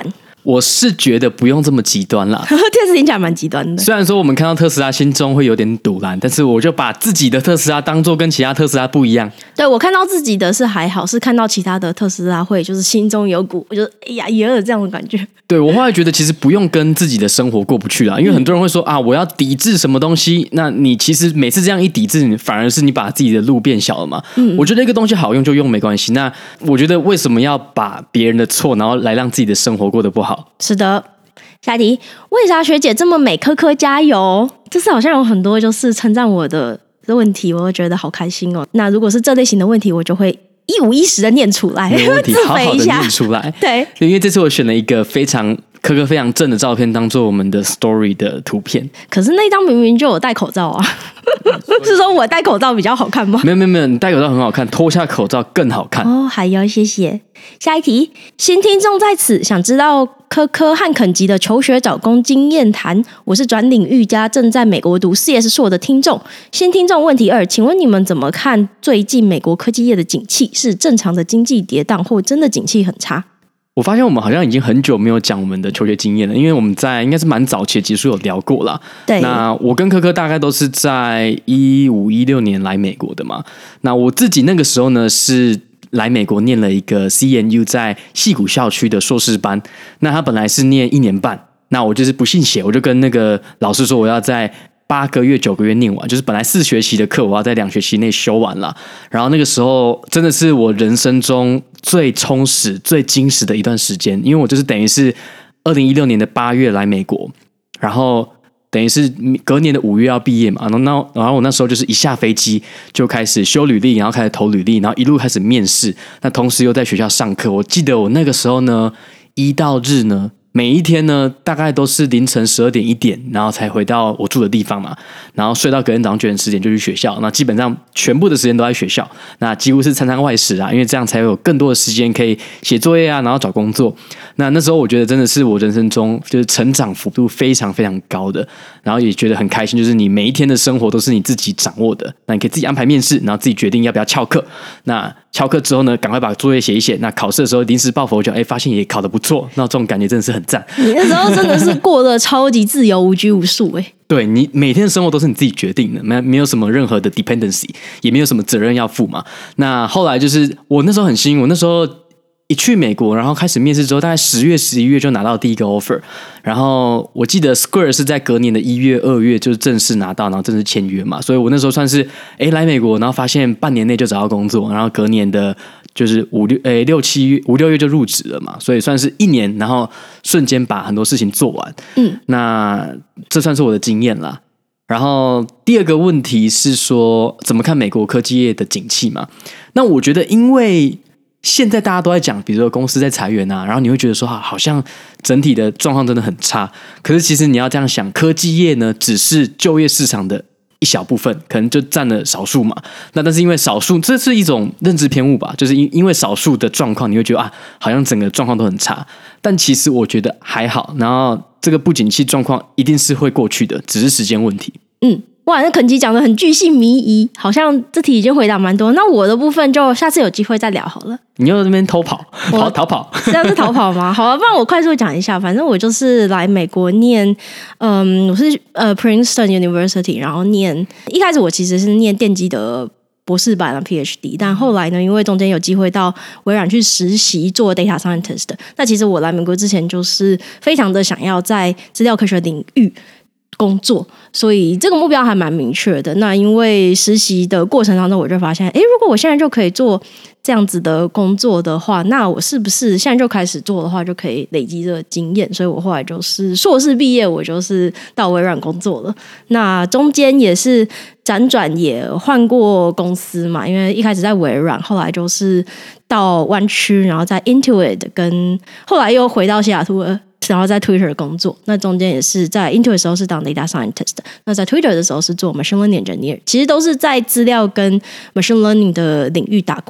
我是觉得不用这么极端啦。 特斯拉听起来蛮极端的。 虽然说我们看到特斯拉心中会有点堵拦，但是我就把自己的特斯拉当作跟其他特斯拉不一样。 对，我看到自己的是还好，是看到其他的特斯拉会就是心中有股，我就哎呀也有这样的感觉。 对，我后来觉得其实不用跟自己的生活过不去啦，因为很多人会说啊，我要抵制什么东西，那你其实每次这样一抵制，反而是你把自己的路变小了嘛。我觉得一个东西好用就用没关系。那我觉得为什么要把别人的错，然后来让自己的生活过得不好？ 是的。下一题，为啥学姐这么美？科科加油！这次好像有很多就是称赞我的问题，我会觉得好开心哦。那如果是这类型的问题，我就会一五一十的念出来， 没问题，好好的念出来。 对， 因为这次我选了一个科科非常正的照片当做我们的 story 的图片。 可是那张明明就有戴口罩啊，是说我戴口罩比较好看吗？ 没有，你戴口罩很好看，脱下口罩更好看。 哦，还有谢谢。下一题，新听众在此，想知道科科和肯吉的求学找工经验谈。我是转领域加正在美国读 CS 硕的听众。新听众问题2，请问你们怎么看最近美国科技业的景气？是正常的经济跌宕，或真的景气很差？ 我发现我们好像已经很久没有讲我们的求学经验了，因为我们在应该是蛮早期的集数有聊过啦。 对， 那我跟科科大概都是在15、16年来美国的嘛。那我自己那个时候呢是来美国念了一个 CNU 在矽谷校区的硕士班。那他本来是念1年半，那我就是不信邪，我就跟那个老师说我要在8个月、9个月念完，就是本来4学期的课，我要在2学期内修完了。然后那个时候真的是我人生中最充实、最精实的一段时间，因为我就是等于是2016年的8月来美国，然后等于是隔年的5月要毕业嘛。然后我那时候就是一下飞机就开始修履历，然后开始投履历，然后一路开始面试。那同时又在学校上课。我记得我那个时候呢，1到日呢，每一天呢，大概都是凌晨12点1点，然后才回到我住的地方嘛，然后睡到隔天早上9点10点就去学校。那基本上全部的时间都在学校，那几乎是餐餐外食啊，因为这样才有更多的时间可以写作业啊，然后找工作。那时候我觉得真的是我人生中就是成长幅度非常非常高的，然后也觉得很开心，就是你每一天的生活都是你自己掌握的，那你可以自己安排面试，然后自己决定要不要翘课。那翘课之后呢，赶快把作业写一写。那考试的时候临时抱佛脚，发现也考得不错，那这种感觉真的是很赞。 你那时候真的是过得超级自由、无拘无束对，你每天的生活都是你自己决定的，没有什么任何的 dependency， 也没有什么责任要负嘛。那后来就是我那时候很幸运，我那时候一去美国，然后开始面试之后，大概10月、11月就拿到第一个 offer。然后我记得 Square 是在隔年的1月、2月就是正式拿到，然后正式签约嘛。所以我那时候算是来美国，然后发现半年内就找到工作，然后隔年的就是5、6月就入职了嘛。所以算是1年，然后瞬间把很多事情做完。那这算是我的经验啦。然后第二个问题是说怎么看美国科技业的景气嘛？那我觉得因为现在大家都在讲，比如说公司在裁员啊，然后你会觉得说好像整体的状况真的很差。可是其实你要这样想，科技业呢只是就业市场的一小部分，可能就占了少数嘛。那但是因为少数，这是一种认知偏误吧，就是因为少数的状况，你会觉得好像整个状况都很差。但其实我觉得还好。然后这个不景气状况一定是会过去的，只是时间问题。 哇，那肯基讲的很巨细靡遗，好像这题已经回答蛮多。那我的部分就下次有机会再聊好了。 你又在那边逃跑， 这样是逃跑吗？好了，不然我快速讲一下。反正我就是来美国念，我是Princeton University， 然后一开始我其实是念电机的博士班的 PhD， 但后来呢，因为中间有机会到微软去实习做 data scientist 的。那其实我来美国之前就是非常的想要在资料科学领域工作，所以这个目标还蛮明确的。那因为实习的过程当中，我就发现，如果我现在就可以做这样子的工作的话，那我是不是现在就开始做的话，就可以累积这个经验？所以我后来就是硕士毕业，我就是到微软工作了。那中间也是辗转也换过公司嘛，因为一开始在微软，后来就是到湾区，然后在 Intuit， 跟后来又回到西雅图了。然后在 Twitter 工作，那中间也是在 Intuit 的时候是当 data scientist， 那在 Twitter 的时候是做 machine learning engineer， 其实都是在资料跟 machine learning 的领域打滚啦。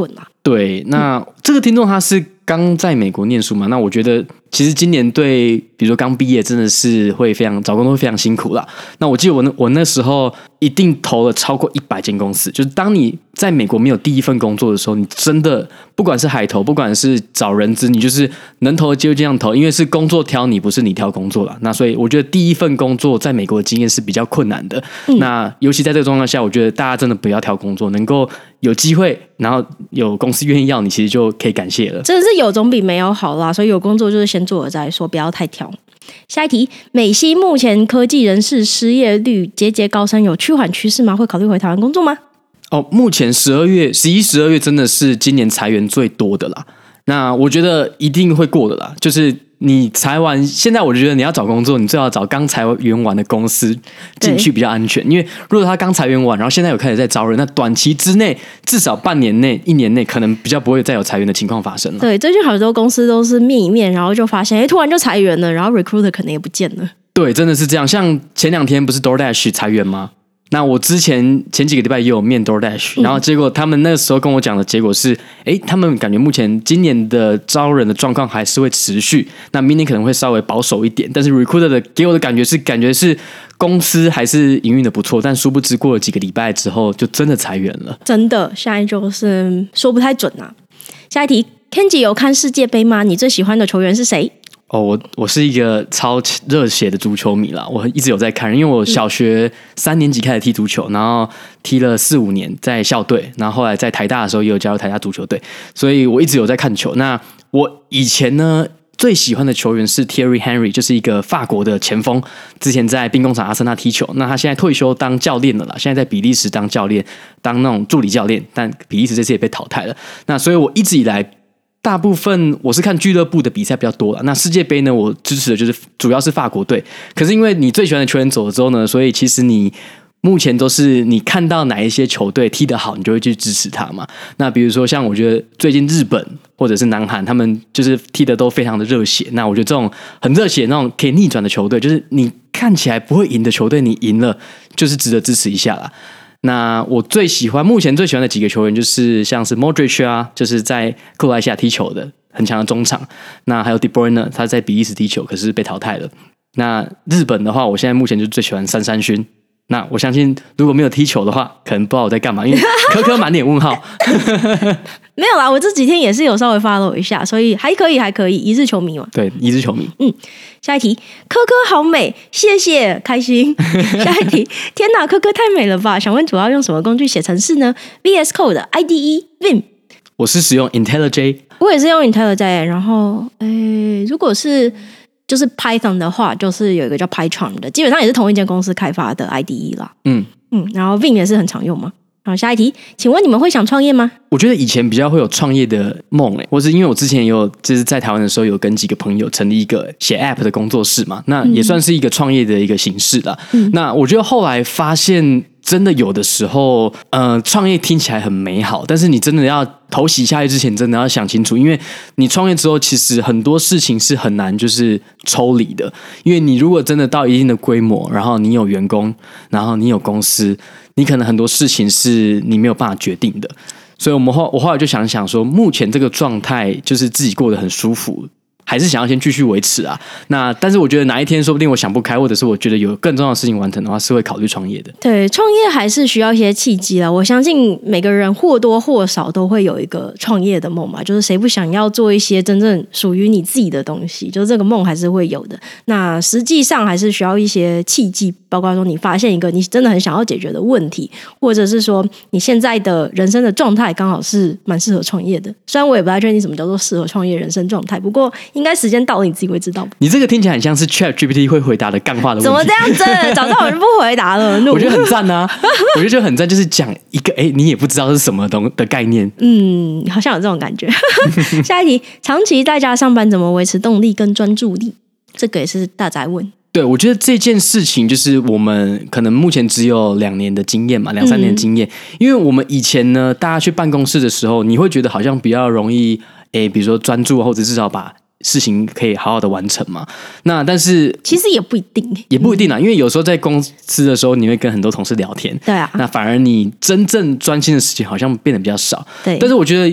对，那这个听众他是刚在美国念书嘛？那我觉得其实今年对，比如说刚毕业，真的是会非常找工作会非常辛苦啦。那我记得我那时候一定投了超过100间公司，就是当你在美国没有第一份工作的时候，你真的不管是海投，不管是找人资，你就是能投的就这样投，因为是工作挑你，不是你挑工作啦。那所以我觉得第一份工作在美国的经验是比较困难的。那尤其在这个状况下，我觉得大家真的不要挑工作，能够有机会，然后有公司愿意要你，其实就可以感谢了。 真的是有总比没有好啦，所以有工作就是先做了再说，不要太挑。下一题，美西目前科技人士失业率节节高升，有趋缓趋势吗？会考虑回台湾工作吗？ 目前11月12月真的是今年裁员最多的啦。那我觉得一定会过的啦，就是你裁完，现在我觉得你要找工作，你最好找刚裁员完的公司进去比较安全。因为如果他刚裁员完，然后现在有开始在招人，那短期之内至少半年内、1年内，可能比较不会再有裁员的情况发生了。 对，最近好多公司都是面一面，然后就发现，突然就裁员了，然后 recruiter 可能也不见了。 对，真的是这样。像前2天不是 DoorDash 裁员吗？那我前几个礼拜也有面 DoorDash，然后结果他们那时候跟我讲的结果是，他们感觉目前今年的招人的状况还是会持续，那明年可能会稍微保守一点，但是 Recruiter 的给我的感觉是公司还是营运的不错，但殊不知过了几个礼拜之后就真的裁员了。 真的，现在就是说不太准啊。下一题 ，Kenji 有看世界杯吗？你最喜欢的球员是谁？ 我是一个超热血的足球迷啦，我一直有在看，因为我小学3年级开始踢足球，然后踢了4-5年在校队，然后后来在台大的时候也有加入台大足球队，所以我一直有在看球。那我以前呢最喜欢的球员是 Thierry Henry， 就是一个法国的前锋，之前在兵工厂阿森纳踢球，那他现在退休当教练了啦，现在在比利时当教练，当那种助理教练，但比利时这次也被淘汰了。那所以我一直以来大部分我是看俱乐部的比赛比较多啦，那世界杯呢，我支持的就是主要是法国队。可是因为你最喜欢的球员走了之后呢，所以其实你目前都是你看到哪一些球队踢得好，你就会去支持他嘛。那比如说像我觉得最近日本或者是南韩，他们就是踢得都非常的热血。那我觉得这种很热血那种可以逆转的球队，就是你看起来不会赢的球队，你赢了就是值得支持一下啦。那我目前最喜欢的几个球员就是像是 Modric 啊，就是在克罗埃西亚踢球的很强的中场。那还有 De Bruyne， 他在比利时踢球，可是被淘汰了。那日本的话，我现在目前就最喜欢三山勋。那我相信如果没有踢球的话，可能不知道我在干嘛，因为科科满脸问号。 没有啦，我这几天也是有稍微 follow 一下，所以还可以，一日球迷嘛。 对，一日球迷。 下一题，科科好美，谢谢，开心。下一题，天哪，科科太美了吧？想问主要用什么工具写程式呢 ？VS Code、IDE、Vim。 我是使用 IntelliJ， 我也是用 IntelliJ， 然后如果是就是 Python 的话，就是有一个叫 PyCharm 的，基本上也是同一间公司开发的 IDE 啦。然后 Vim 也是很常用嘛。好，下一题，请问你们会想创业吗？ 我觉得以前比较会有创业的梦或是因为我之前有就是在台湾的时候有跟几个朋友成立一个写 App 的工作室嘛，那也算是一个创业的一个形式啦。那我觉得后来发现真的有的时候创业听起来很美好，但是你真的要头洗下去之前真的要想清楚，因为你创业之后其实很多事情是很难就是抽离的，因为你如果真的到一定的规模，然后你有员工，然后你有公司，你可能很多事情是你没有办法决定的。所以我后来就想想说，目前这个状态就是自己过得很舒服，还是想要先继续维持啊。那但是我觉得哪一天说不定我想不开，或者是我觉得有更重要的事情完成的话，是会考虑创业的。 对，创业还是需要一些契机啦。我相信每个人或多或少都会有一个创业的梦嘛，就是谁不想要做一些真正属于你自己的东西，就是这个梦还是会有的。那实际上还是需要一些契机，包括说你发现一个你真的很想要解决的问题，或者是说你现在的人生的状态刚好是蛮适合创业的。虽然我也不太确定什么叫做适合创业人生状态，不过应该时间到了你自己会知道。 你这个听起来很像是 ChatGPT 会回答的干话的问题。 怎么这样子？早知道我就不回答了。 我觉得很赞啊，我觉得就很赞，就是讲一个你也不知道是什么的概念。 好像有这种感觉。下一题，长期在家上班怎么维持动力跟专注力？这个也是大宅问。 对，我觉得这件事情就是我们可能目前只有2年的经验嘛，2-3年的经验。因为我们以前呢，大家去办公室的时候，你会觉得好像比较容易，比如说专注，或者至少把事情可以好好的完成嘛。那但是其实也不一定， 因为有时候在公司的时候，你会跟很多同事聊天， 对啊， 那反而你真正专心的事情好像变得比较少。 对， 但是我觉得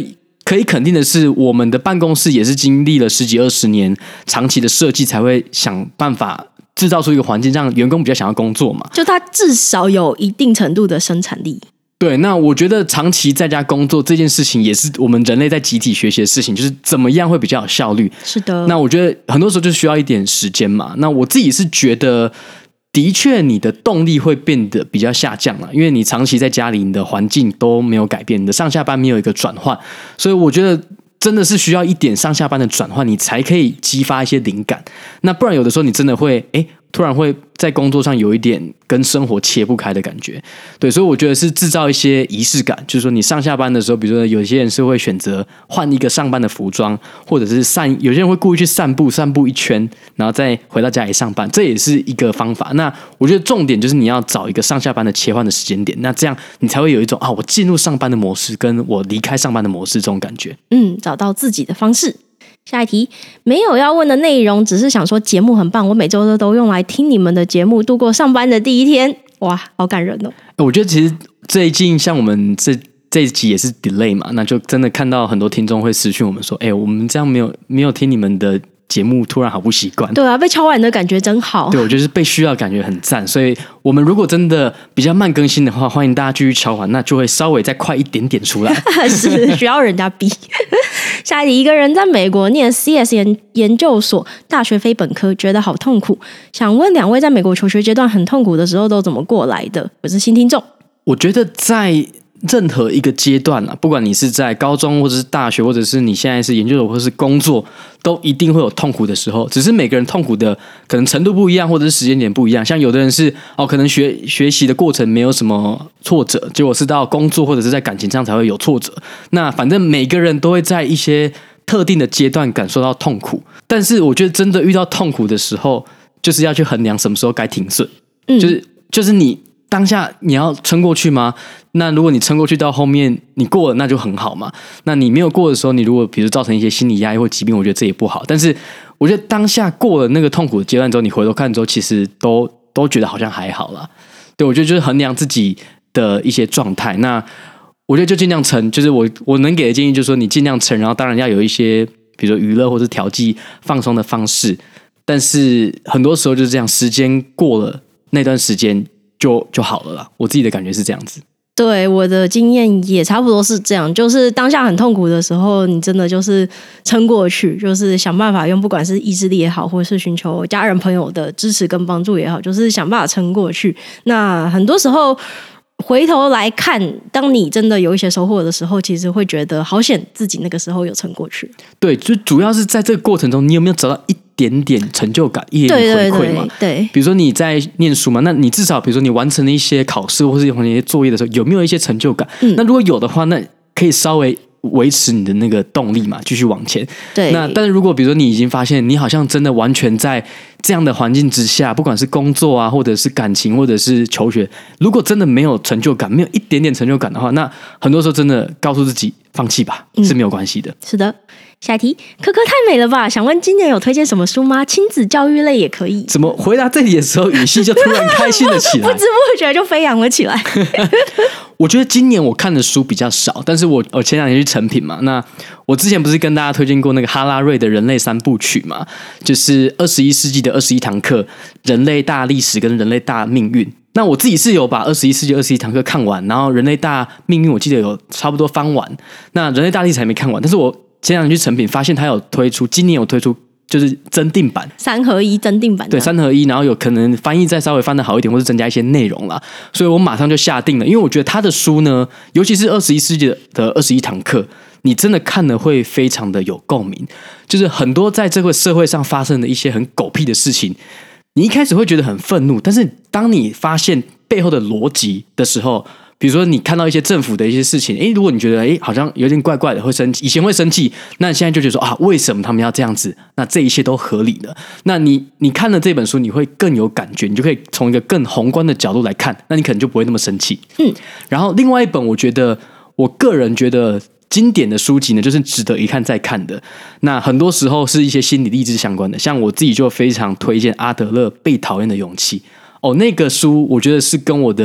可以肯定的是，我们的办公室也是经历了10几20年长期的设计，才会想办法制造出一个环境，让员工比较想要工作嘛。 就它至少有一定程度的生产力。 对，那我觉得长期在家工作这件事情，也是我们人类在集体学习的事情，就是怎么样会比较有效率。 是的。 那我觉得很多时候就需要一点时间嘛。那我自己是觉得，的确你的动力会变得比较下降了，因为你长期在家里，你的环境都没有改变，你的上下班没有一个转换，所以我觉得真的是需要一点上下班的转换，你才可以激发一些灵感。那不然有的时候你真的会突然会在工作上有一点跟生活切不开的感觉。对，所以我觉得是制造一些仪式感，就是说你上下班的时候，比如说有些人是会选择换一个上班的服装，或者是有些人会故意去散步一圈，然后再回到家里上班，这也是一个方法。那我觉得重点就是你要找一个上下班的切换的时间点，那这样你才会有一种我进入上班的模式跟我离开上班的模式这种感觉。 找到自己的方式。下一题，没有要问的内容，只是想说节目很棒，我每周都用来听你们的节目度过上班的第一天。哇，好感人哦。 我觉得其实最近像我们这一集也是 delay 嘛，那就真的看到很多听众会私讯我们说，我们这样没有听你们的节目，突然好不习惯。 对啊，被敲碗的感觉真好。 对，我觉得是被需要感觉很赞，所以我们如果真的比较慢更新的话，欢迎大家继续敲碗，那就会稍微再快一点点出来。 是需要人家逼。下一题，一个人在美国念 CS 研究所，大学非本科，觉得好痛苦。想问两位，在美国求学阶段很痛苦的时候都怎么过来的？我是新听众。 我觉得在任何一个阶段不管你是在高中或者是大学，或者是你现在是研究所或者是工作，都一定会有痛苦的时候，只是每个人痛苦的可能程度不一样，或者是时间点不一样。像有的人是可能学习的过程没有什么挫折，结果是到工作或者是在感情上才会有挫折。那反正每个人都会在一些特定的阶段感受到痛苦，但是我觉得真的遇到痛苦的时候，就是要去衡量什么时候该停损。就是你当下你要撑过去吗？那如果你撑过去到后面你过了，那就很好嘛。那你没有过的时候，你如果比如造成一些心理压力或疾病，我觉得这也不好。但是我觉得当下过了那个痛苦的阶段之后，你回头看之后，其实都觉得好像还好啦。对，我觉得就是衡量自己的一些状态。那我觉得就尽量撑，就是我能给的建议就是说，你尽量撑，然后当然要有一些比如说娱乐或者调剂放松的方式。但是很多时候就是这样，时间过了那段时间就好了啦。我自己的感觉是这样子。 对，我的经验也差不多是这样，就是当下很痛苦的时候，你真的就是撑过去，就是想办法用不管是意志力也好，或是寻求家人朋友的支持跟帮助也好，就是想办法撑过去。那很多时候回头来看，当你真的有一些收获的时候，其实会觉得好险自己那个时候有撑过去。 对，就主要是在这个过程中，你有没有找到一点点成就感，一点点回馈嘛？ 对， 比如说你在念书嘛，那你至少比如说你完成了一些考试或是完成一些作业的时候，有没有一些成就感？那如果有的话，那可以稍微维持你的那个动力嘛，继续往前。 对。 那但是如果比如说你已经发现你好像真的完全在这样的环境之下，不管是工作啊，或者是感情，或者是求学，如果真的没有成就感，没有一点点成就感的话，那很多时候真的告诉自己放弃吧，是没有关系的。 是的。下一题，可可太美了吧？想问今年有推荐什么书吗？亲子教育类也可以。 怎么回答这里的时候语气就突然开心了起来？ 不知不觉就飞扬了起来。 我觉得今年我看的书比较少，但是我前两年去诚品嘛，那我之前不是跟大家推荐过那个哈拉瑞的人类三部曲嘛，就是21世纪的21堂课，人类大历史跟人类大命运。那我自己是有把21世纪21堂课看完，然后人类大命运我记得有差不多翻完，那人类大历史还没看完，但是我前两年去诚品发现他有推出，今年有推出就是增订版 3合1增订版， 对，3合1，然后有可能翻译再稍微翻得好一点，或是增加一些内容啦，所以我马上就下定了，因为我觉得他的书呢，尤其是21世纪的21堂课，你真的看了会非常的有共鸣，就是很多在这个社会上发生的一些很狗屁的事情，你一开始会觉得很愤怒，但是当你发现背后的逻辑的时候，比如说你看到一些政府的一些事情，如果你觉得好像有点怪怪的，会生气，以前会生气，那你现在就觉得说为什么他们要这样子？那这一切都合理的。那你看了这本书，你会更有感觉，你就可以从一个更宏观的角度来看，那你可能就不会那么生气。然后另外一本，我个人觉得经典的书籍呢，就是值得一看再看的。那很多时候是一些心理励志相关的，像我自己就非常推荐阿德勒《被讨厌的勇气》。那个书我觉得是跟我的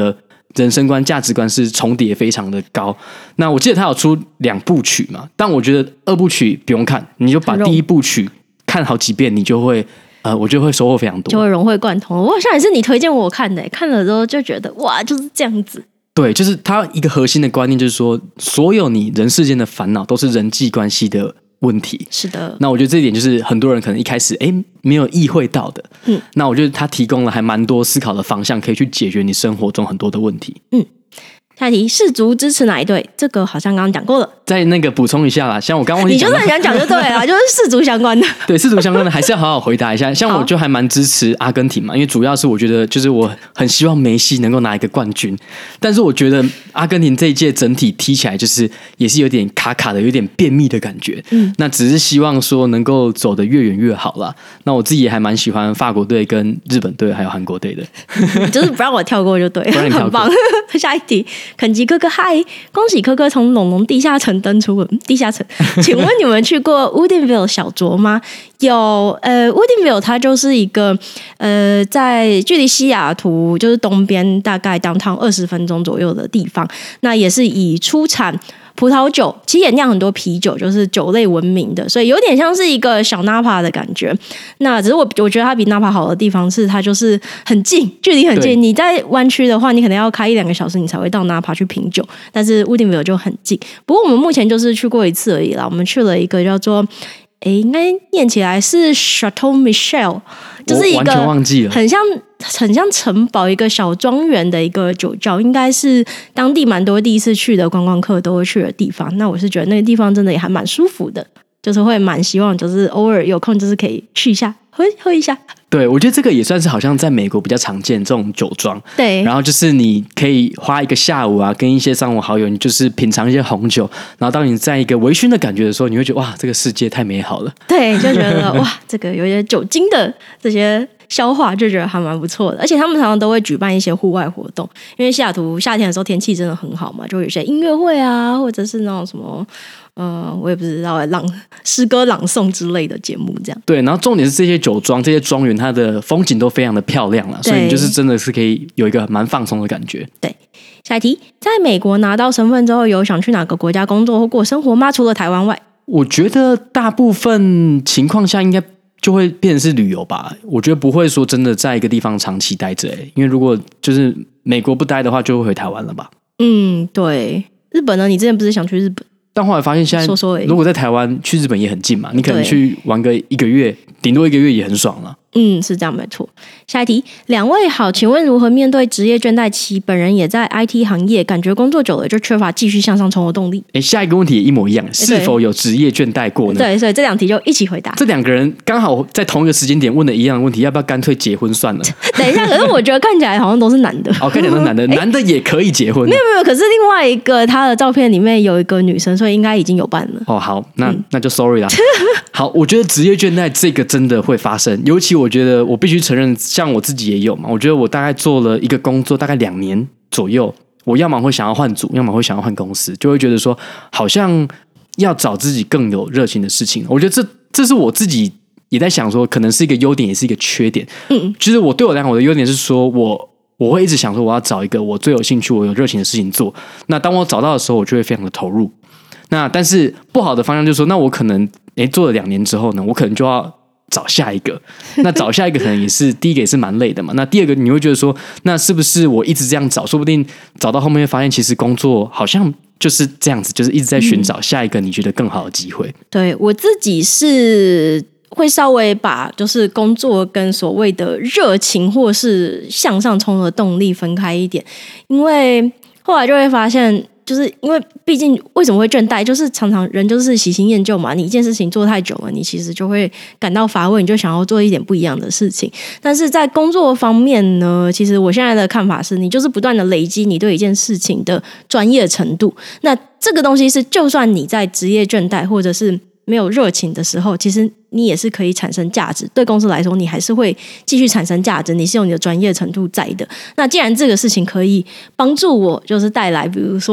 人生观、价值观是重叠非常的高。那我记得他有出2部曲嘛，但我觉得2部曲不用看，你就把第1部曲看好几遍，你就会我觉得会收获非常多， 就会融会贯通。我好像也是你推荐我看的，看了之后就觉得哇，就是这样子。 对，就是他一个核心的观念，就是说，所有你人世间的烦恼都是人际关系的问题。 是的， 那我觉得这一点就是很多人可能一开始没有意会到的。那我觉得他提供了还蛮多思考的方向，可以去解决你生活中很多的问题。 下一题，世足支持哪一队？这个好像刚刚讲过了， 再那个补充一下啦，像我刚刚忘记讲， 你就是很想讲就对了，就是世足相关的。 对，世足相关的还是要好好回答一下。像我就还蛮支持阿根廷嘛，因为主要是我觉得就是我很希望梅西能够拿一个冠军，但是我觉得阿根廷这一届整体踢起来就是也是有点卡卡的，有点便秘的感觉。那只是希望说能够走得越远越好啦。那我自己也还蛮喜欢法国队、跟日本队还有韩国队的， 就是不让我跳过就对，很棒。下一题，肯吉哥哥嗨，恭喜哥哥从龙龙地下城登出地下城。请问你们去过 Woodinville 小酌吗？有，Woodinville 它就是一个在距离西雅图就是东边大概 downtown 20分钟左右的地方，那也是以出产葡萄酒，其实也酿很多啤酒，就是酒类闻名的，所以有点像是一个小 Napa 的感觉。那只是我觉得它比 Napa 好的地方是，它就是很近，距离很近。你在湾区的话，你可能要开1-2个小时，你才会到 Napa 去品酒。但是 Woodinville 就很近。不过我们目前就是去过1次而已啦。我们去了一个叫做应该念起来是 Chateau Michel， 就是一个很像城堡一个小庄园的一个酒窖，应该是当地蛮多第一次去的观光客都会去的地方。那我是觉得那个地方真的也还蛮舒服的，就是会蛮希望就是偶尔有空就是可以去一下喝一下。 对，我觉得这个也算是好像在美国比较常见这种酒庄。 对， 然后就是你可以花一个下午啊，跟一些三五好友，你就是品尝一些红酒，然后当你在一个微醺的感觉的时候，你会觉得哇，这个世界太美好了。 对，就觉得哇，这个有些酒精的这些消化，就觉得还蛮不错的。而且他们常常都会举办一些户外活动，因为西雅图夏天的时候天气真的很好嘛，就有一些音乐会啊，或者是那种什么我也不知道诗歌朗诵之类的节目这样。 对，然后重点是这些酒庄、这些庄园，它的风景都非常的漂亮啦，所以你就是真的是可以有一个蛮放松的感觉。 对，下一题，在美国拿到身份之后，有想去哪个国家工作或过生活吗？除了台湾外， 我觉得大部分情况下应该就会变成是旅游吧。我觉得不会说真的在一个地方长期待着，因为如果就是美国不待的话，就会回台湾了吧。 对。日本呢？你之前不是想去日本？ 但后来发现现在如果在台湾去日本也很近嘛，你可能去玩个1个月，顶多1个月也很爽了。 是这样没错。下一题，2位好，请问如何面对职业倦怠期？本人也在 IT 行业，感觉工作久了就缺乏继续向上冲的动力。 下一个问题也一模一样，是否有职业倦怠过呢？ 对，所以这2题就一起回答。 这2个人刚好在同一个时间点问的一样的问题，要不要干脆结婚算了？ 等一下，可是我觉得看起来好像都是男的。 看起来都是男的，男的也可以结婚。 没有，可是另外一个他的照片里面有一个女生，所以应该已经有伴了。 好，那就 sorry 啦。好，我觉得职业倦怠这个真的会发生，尤其我觉得我必须承认，像我自己也有嘛。我觉得我大概做了一个工作大概2年左右，我要么会想要换组，要么会想要换公司，就会觉得说好像要找自己更有热情的事情。我觉得这是我自己也在想说，可能是一个优点，也是一个缺点。就是对我来讲，我的优点是说我会一直想说，我要找一个我最有兴趣、我有热情的事情做。那当我找到的时候，我就会非常的投入。那但是不好的方向就是说，那我可能做了2年之后呢，我可能就要找下一个。那找下一个可能也是第一个也是蛮累的嘛。那第二个你会觉得说，那是不是我一直这样找，说不定找到后面会发现，其实工作好像就是这样子，就是一直在寻找下一个你觉得更好的机会。 对，我自己是会稍微把就是工作跟所谓的热情或是向上冲的动力分开一点，因为后来就会发现。就是因为毕竟为什么会倦怠，就是常常人就是喜新厌旧嘛，你一件事情做太久了，你其实就会感到乏味，你就想要做一点不一样的事情。但是在工作方面呢，其实我现在的看法是，你就是不断的累积你对一件事情的专业程度。那这个东西是，就算你在职业倦怠或者是没有热情的时候，其实你也是可以产生价值。对公司来说，你还是会继续产生价值，你是有你的专业程度在的。那既然这个事情可以帮助我，就是带来，比如说。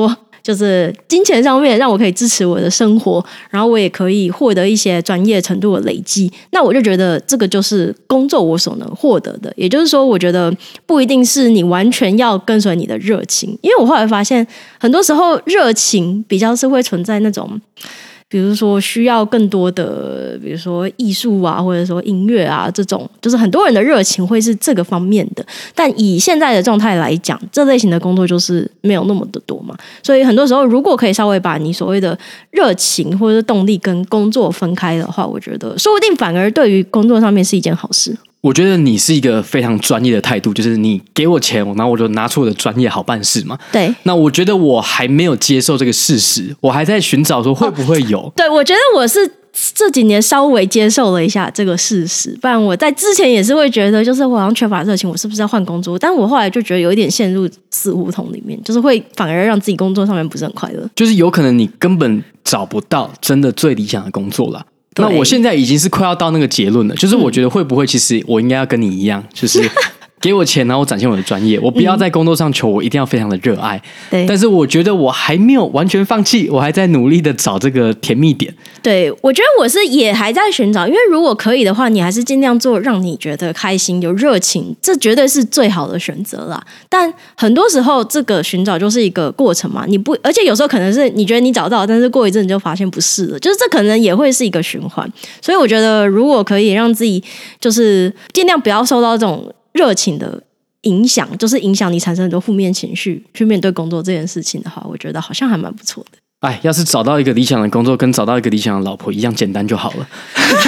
就是金钱上面让我可以支持我的生活，然后我也可以获得一些专业程度的累积，那我就觉得这个就是工作我所能获得的。也就是说，我觉得不一定是你完全要跟随你的热情，因为我后来发现很多时候热情比较是会存在那种比如说需要更多的，比如说艺术啊，或者说音乐啊，这种就是很多人的热情会是这个方面的。但以现在的状态来讲，这类型的工作就是没有那么的多嘛。所以很多时候，如果可以稍微把你所谓的热情或者是动力跟工作分开的话，我觉得说不定反而对于工作上面是一件好事。 我觉得你是一个非常专业的态度，就是你给我钱，然后我就拿出我的专业好办事嘛。 对， 那我觉得我还没有接受这个事实，我还在寻找说会不会有。 对，我觉得我是这几年稍微接受了一下这个事实，不然我在之前也是会觉得，就是我好像缺乏热情，我是不是要换工作？但我后来就觉得有一点陷入死胡同里面，就是会反而让自己工作上面不是很快乐。 就是有可能你根本找不到真的最理想的工作啦。那我现在已经是快要到那个结论了，就是我觉得会不会其实我应该要跟你一样，就是给我钱，然后我展现我的专业，我不要在工作上求我一定要非常的热爱。 对， 但是我觉得我还没有完全放弃，我还在努力的找这个甜蜜点。 对，我觉得我是也还在寻找，因为如果可以的话，你还是尽量做让你觉得开心、有热情，这绝对是最好的选择啦。但很多时候，这个寻找就是一个过程嘛，你不，而且有时候可能是你觉得你找到，但是过一阵你就发现不是了，就是这可能也会是一个循环。所以我觉得，如果可以让自己就是尽量不要受到这种热情的影响，就是影响你产生很多负面情绪去面对工作这件事情的话，我觉得好像还蛮不错的。 哎，要是找到一个理想的工作，跟找到一个理想的老婆一样简单就好了。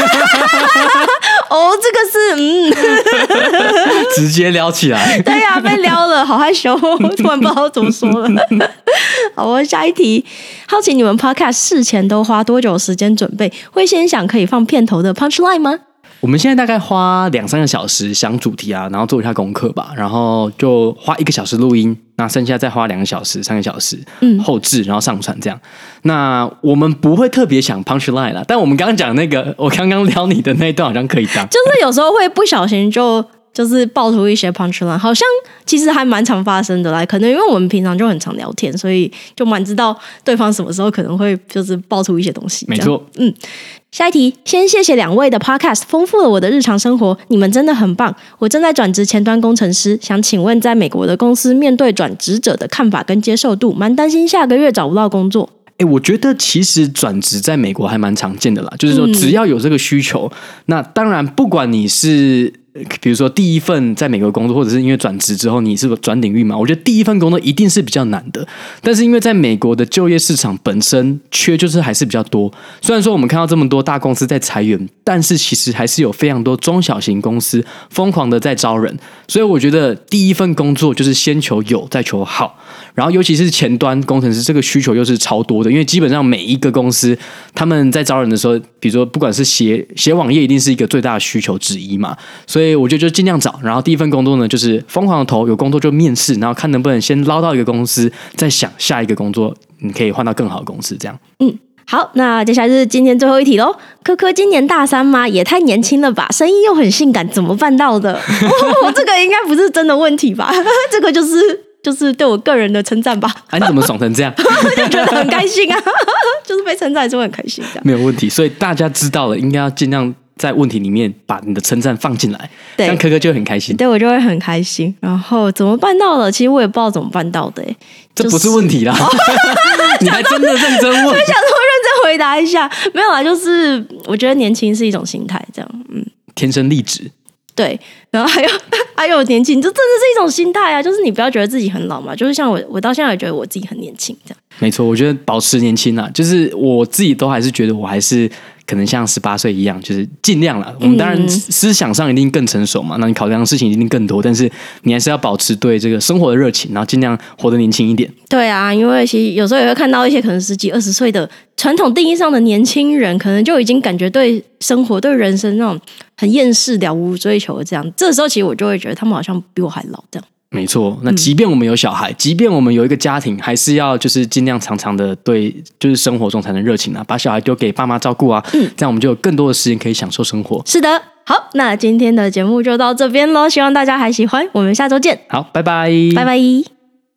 哦，这个是直接撩起来。 对呀、被撩了，好害羞，突然不知道怎么说了。好，我下一题，好奇你们 podcast 事前都花多久时间准备？会先想可以放片头的 punchline 吗？ 我们现在大概花2-3个小时想主题啊，然后做一下功课吧，然后就花1个小时录音，那剩下再花2个小时、3个小时后置，然后上传这样。那我们不会特别想 punchline 啦，但我们刚刚讲那个，我刚刚撩你的那一段好像可以当， 就是有时候会不小心就是爆出一些 punchline， 好像其实还蛮常发生的啦。可能因为我们平常就很常聊天，所以就蛮知道对方什么时候可能会就是爆出一些东西。 没错， 下一题，先谢谢2位的 podcast 丰富了我的日常生活，你们真的很棒。我正在转职前端工程师，想请问在美国的公司面对转职者的看法跟接受度，蛮担心下个月找不到工作。 我觉得其实转职在美国还蛮常见的啦，就是说只要有这个需求，那当然不管你是比如说第一份在美国工作，或者是因为转职之后你是转领域嘛，我觉得第一份工作一定是比较难的。但是因为在美国的就业市场本身缺就是还是比较多，虽然说我们看到这么多大公司在裁员，但是其实还是有非常多中小型公司疯狂的在招人。所以我觉得第一份工作就是先求有再求好，然后尤其是前端工程师这个需求又是超多的，因为基本上每一个公司他们在招人的时候，比如说不管是写网页一定是一个最大的需求之一嘛，所以我觉得就尽量找，然后第一份工作呢就是疯狂的投，有工作就面试，然后看能不能先捞到一个公司，再想下一个工作你可以换到更好的公司这样。 好，那接下来是今天最后一题咯。科科今年大3吗？也太年轻了吧，声音又很性感，怎么办到的？这个应该不是真的问题吧？这个就是对我个人的称赞吧。 你怎么爽成这样？ 就觉得很开心啊，就是被称赞还是会很开心的。 没有问题，所以大家知道了，应该要尽量在问题里面把你的称赞放进来，这样科科就会很开心。 对，我就会很开心。然后怎么办到的？其实我也不知道怎么办到的。 这不是问题啦，你还真的认真问。 我想说认真回答一下，没有啦，就是我觉得年轻是一种心态，这样， 天生丽质。 对，然后还有年轻，这真的是一种心态啊！就是你不要觉得自己很老嘛，就是像我到现在也觉得我自己很年轻这样。 没错，我觉得保持年轻啊，就是我自己都还是觉得我还是可能像18岁一样，就是尽量啦。我们当然思想上一定更成熟嘛，那你考量的事情一定更多，但是你还是要保持对这个生活的热情，然后尽量活得年轻一点。 对啊，因为其实有时候也会看到一些可能10几20岁的传统定义上的年轻人，可能就已经感觉对生活、对人生那种很厌世、了无追求这样。这时候其实我就会觉得他们好像比我还老这样。 没错，那即便我们有小孩，即便我们有一个家庭，还是要就是尽量常常的对就是生活中才能热情啊，把小孩丢给爸妈照顾啊，这样我们就有更多的时间可以享受生活。 是的，好，那今天的节目就到这边咯，希望大家还喜欢，我们下周见。 好，拜拜， 拜拜。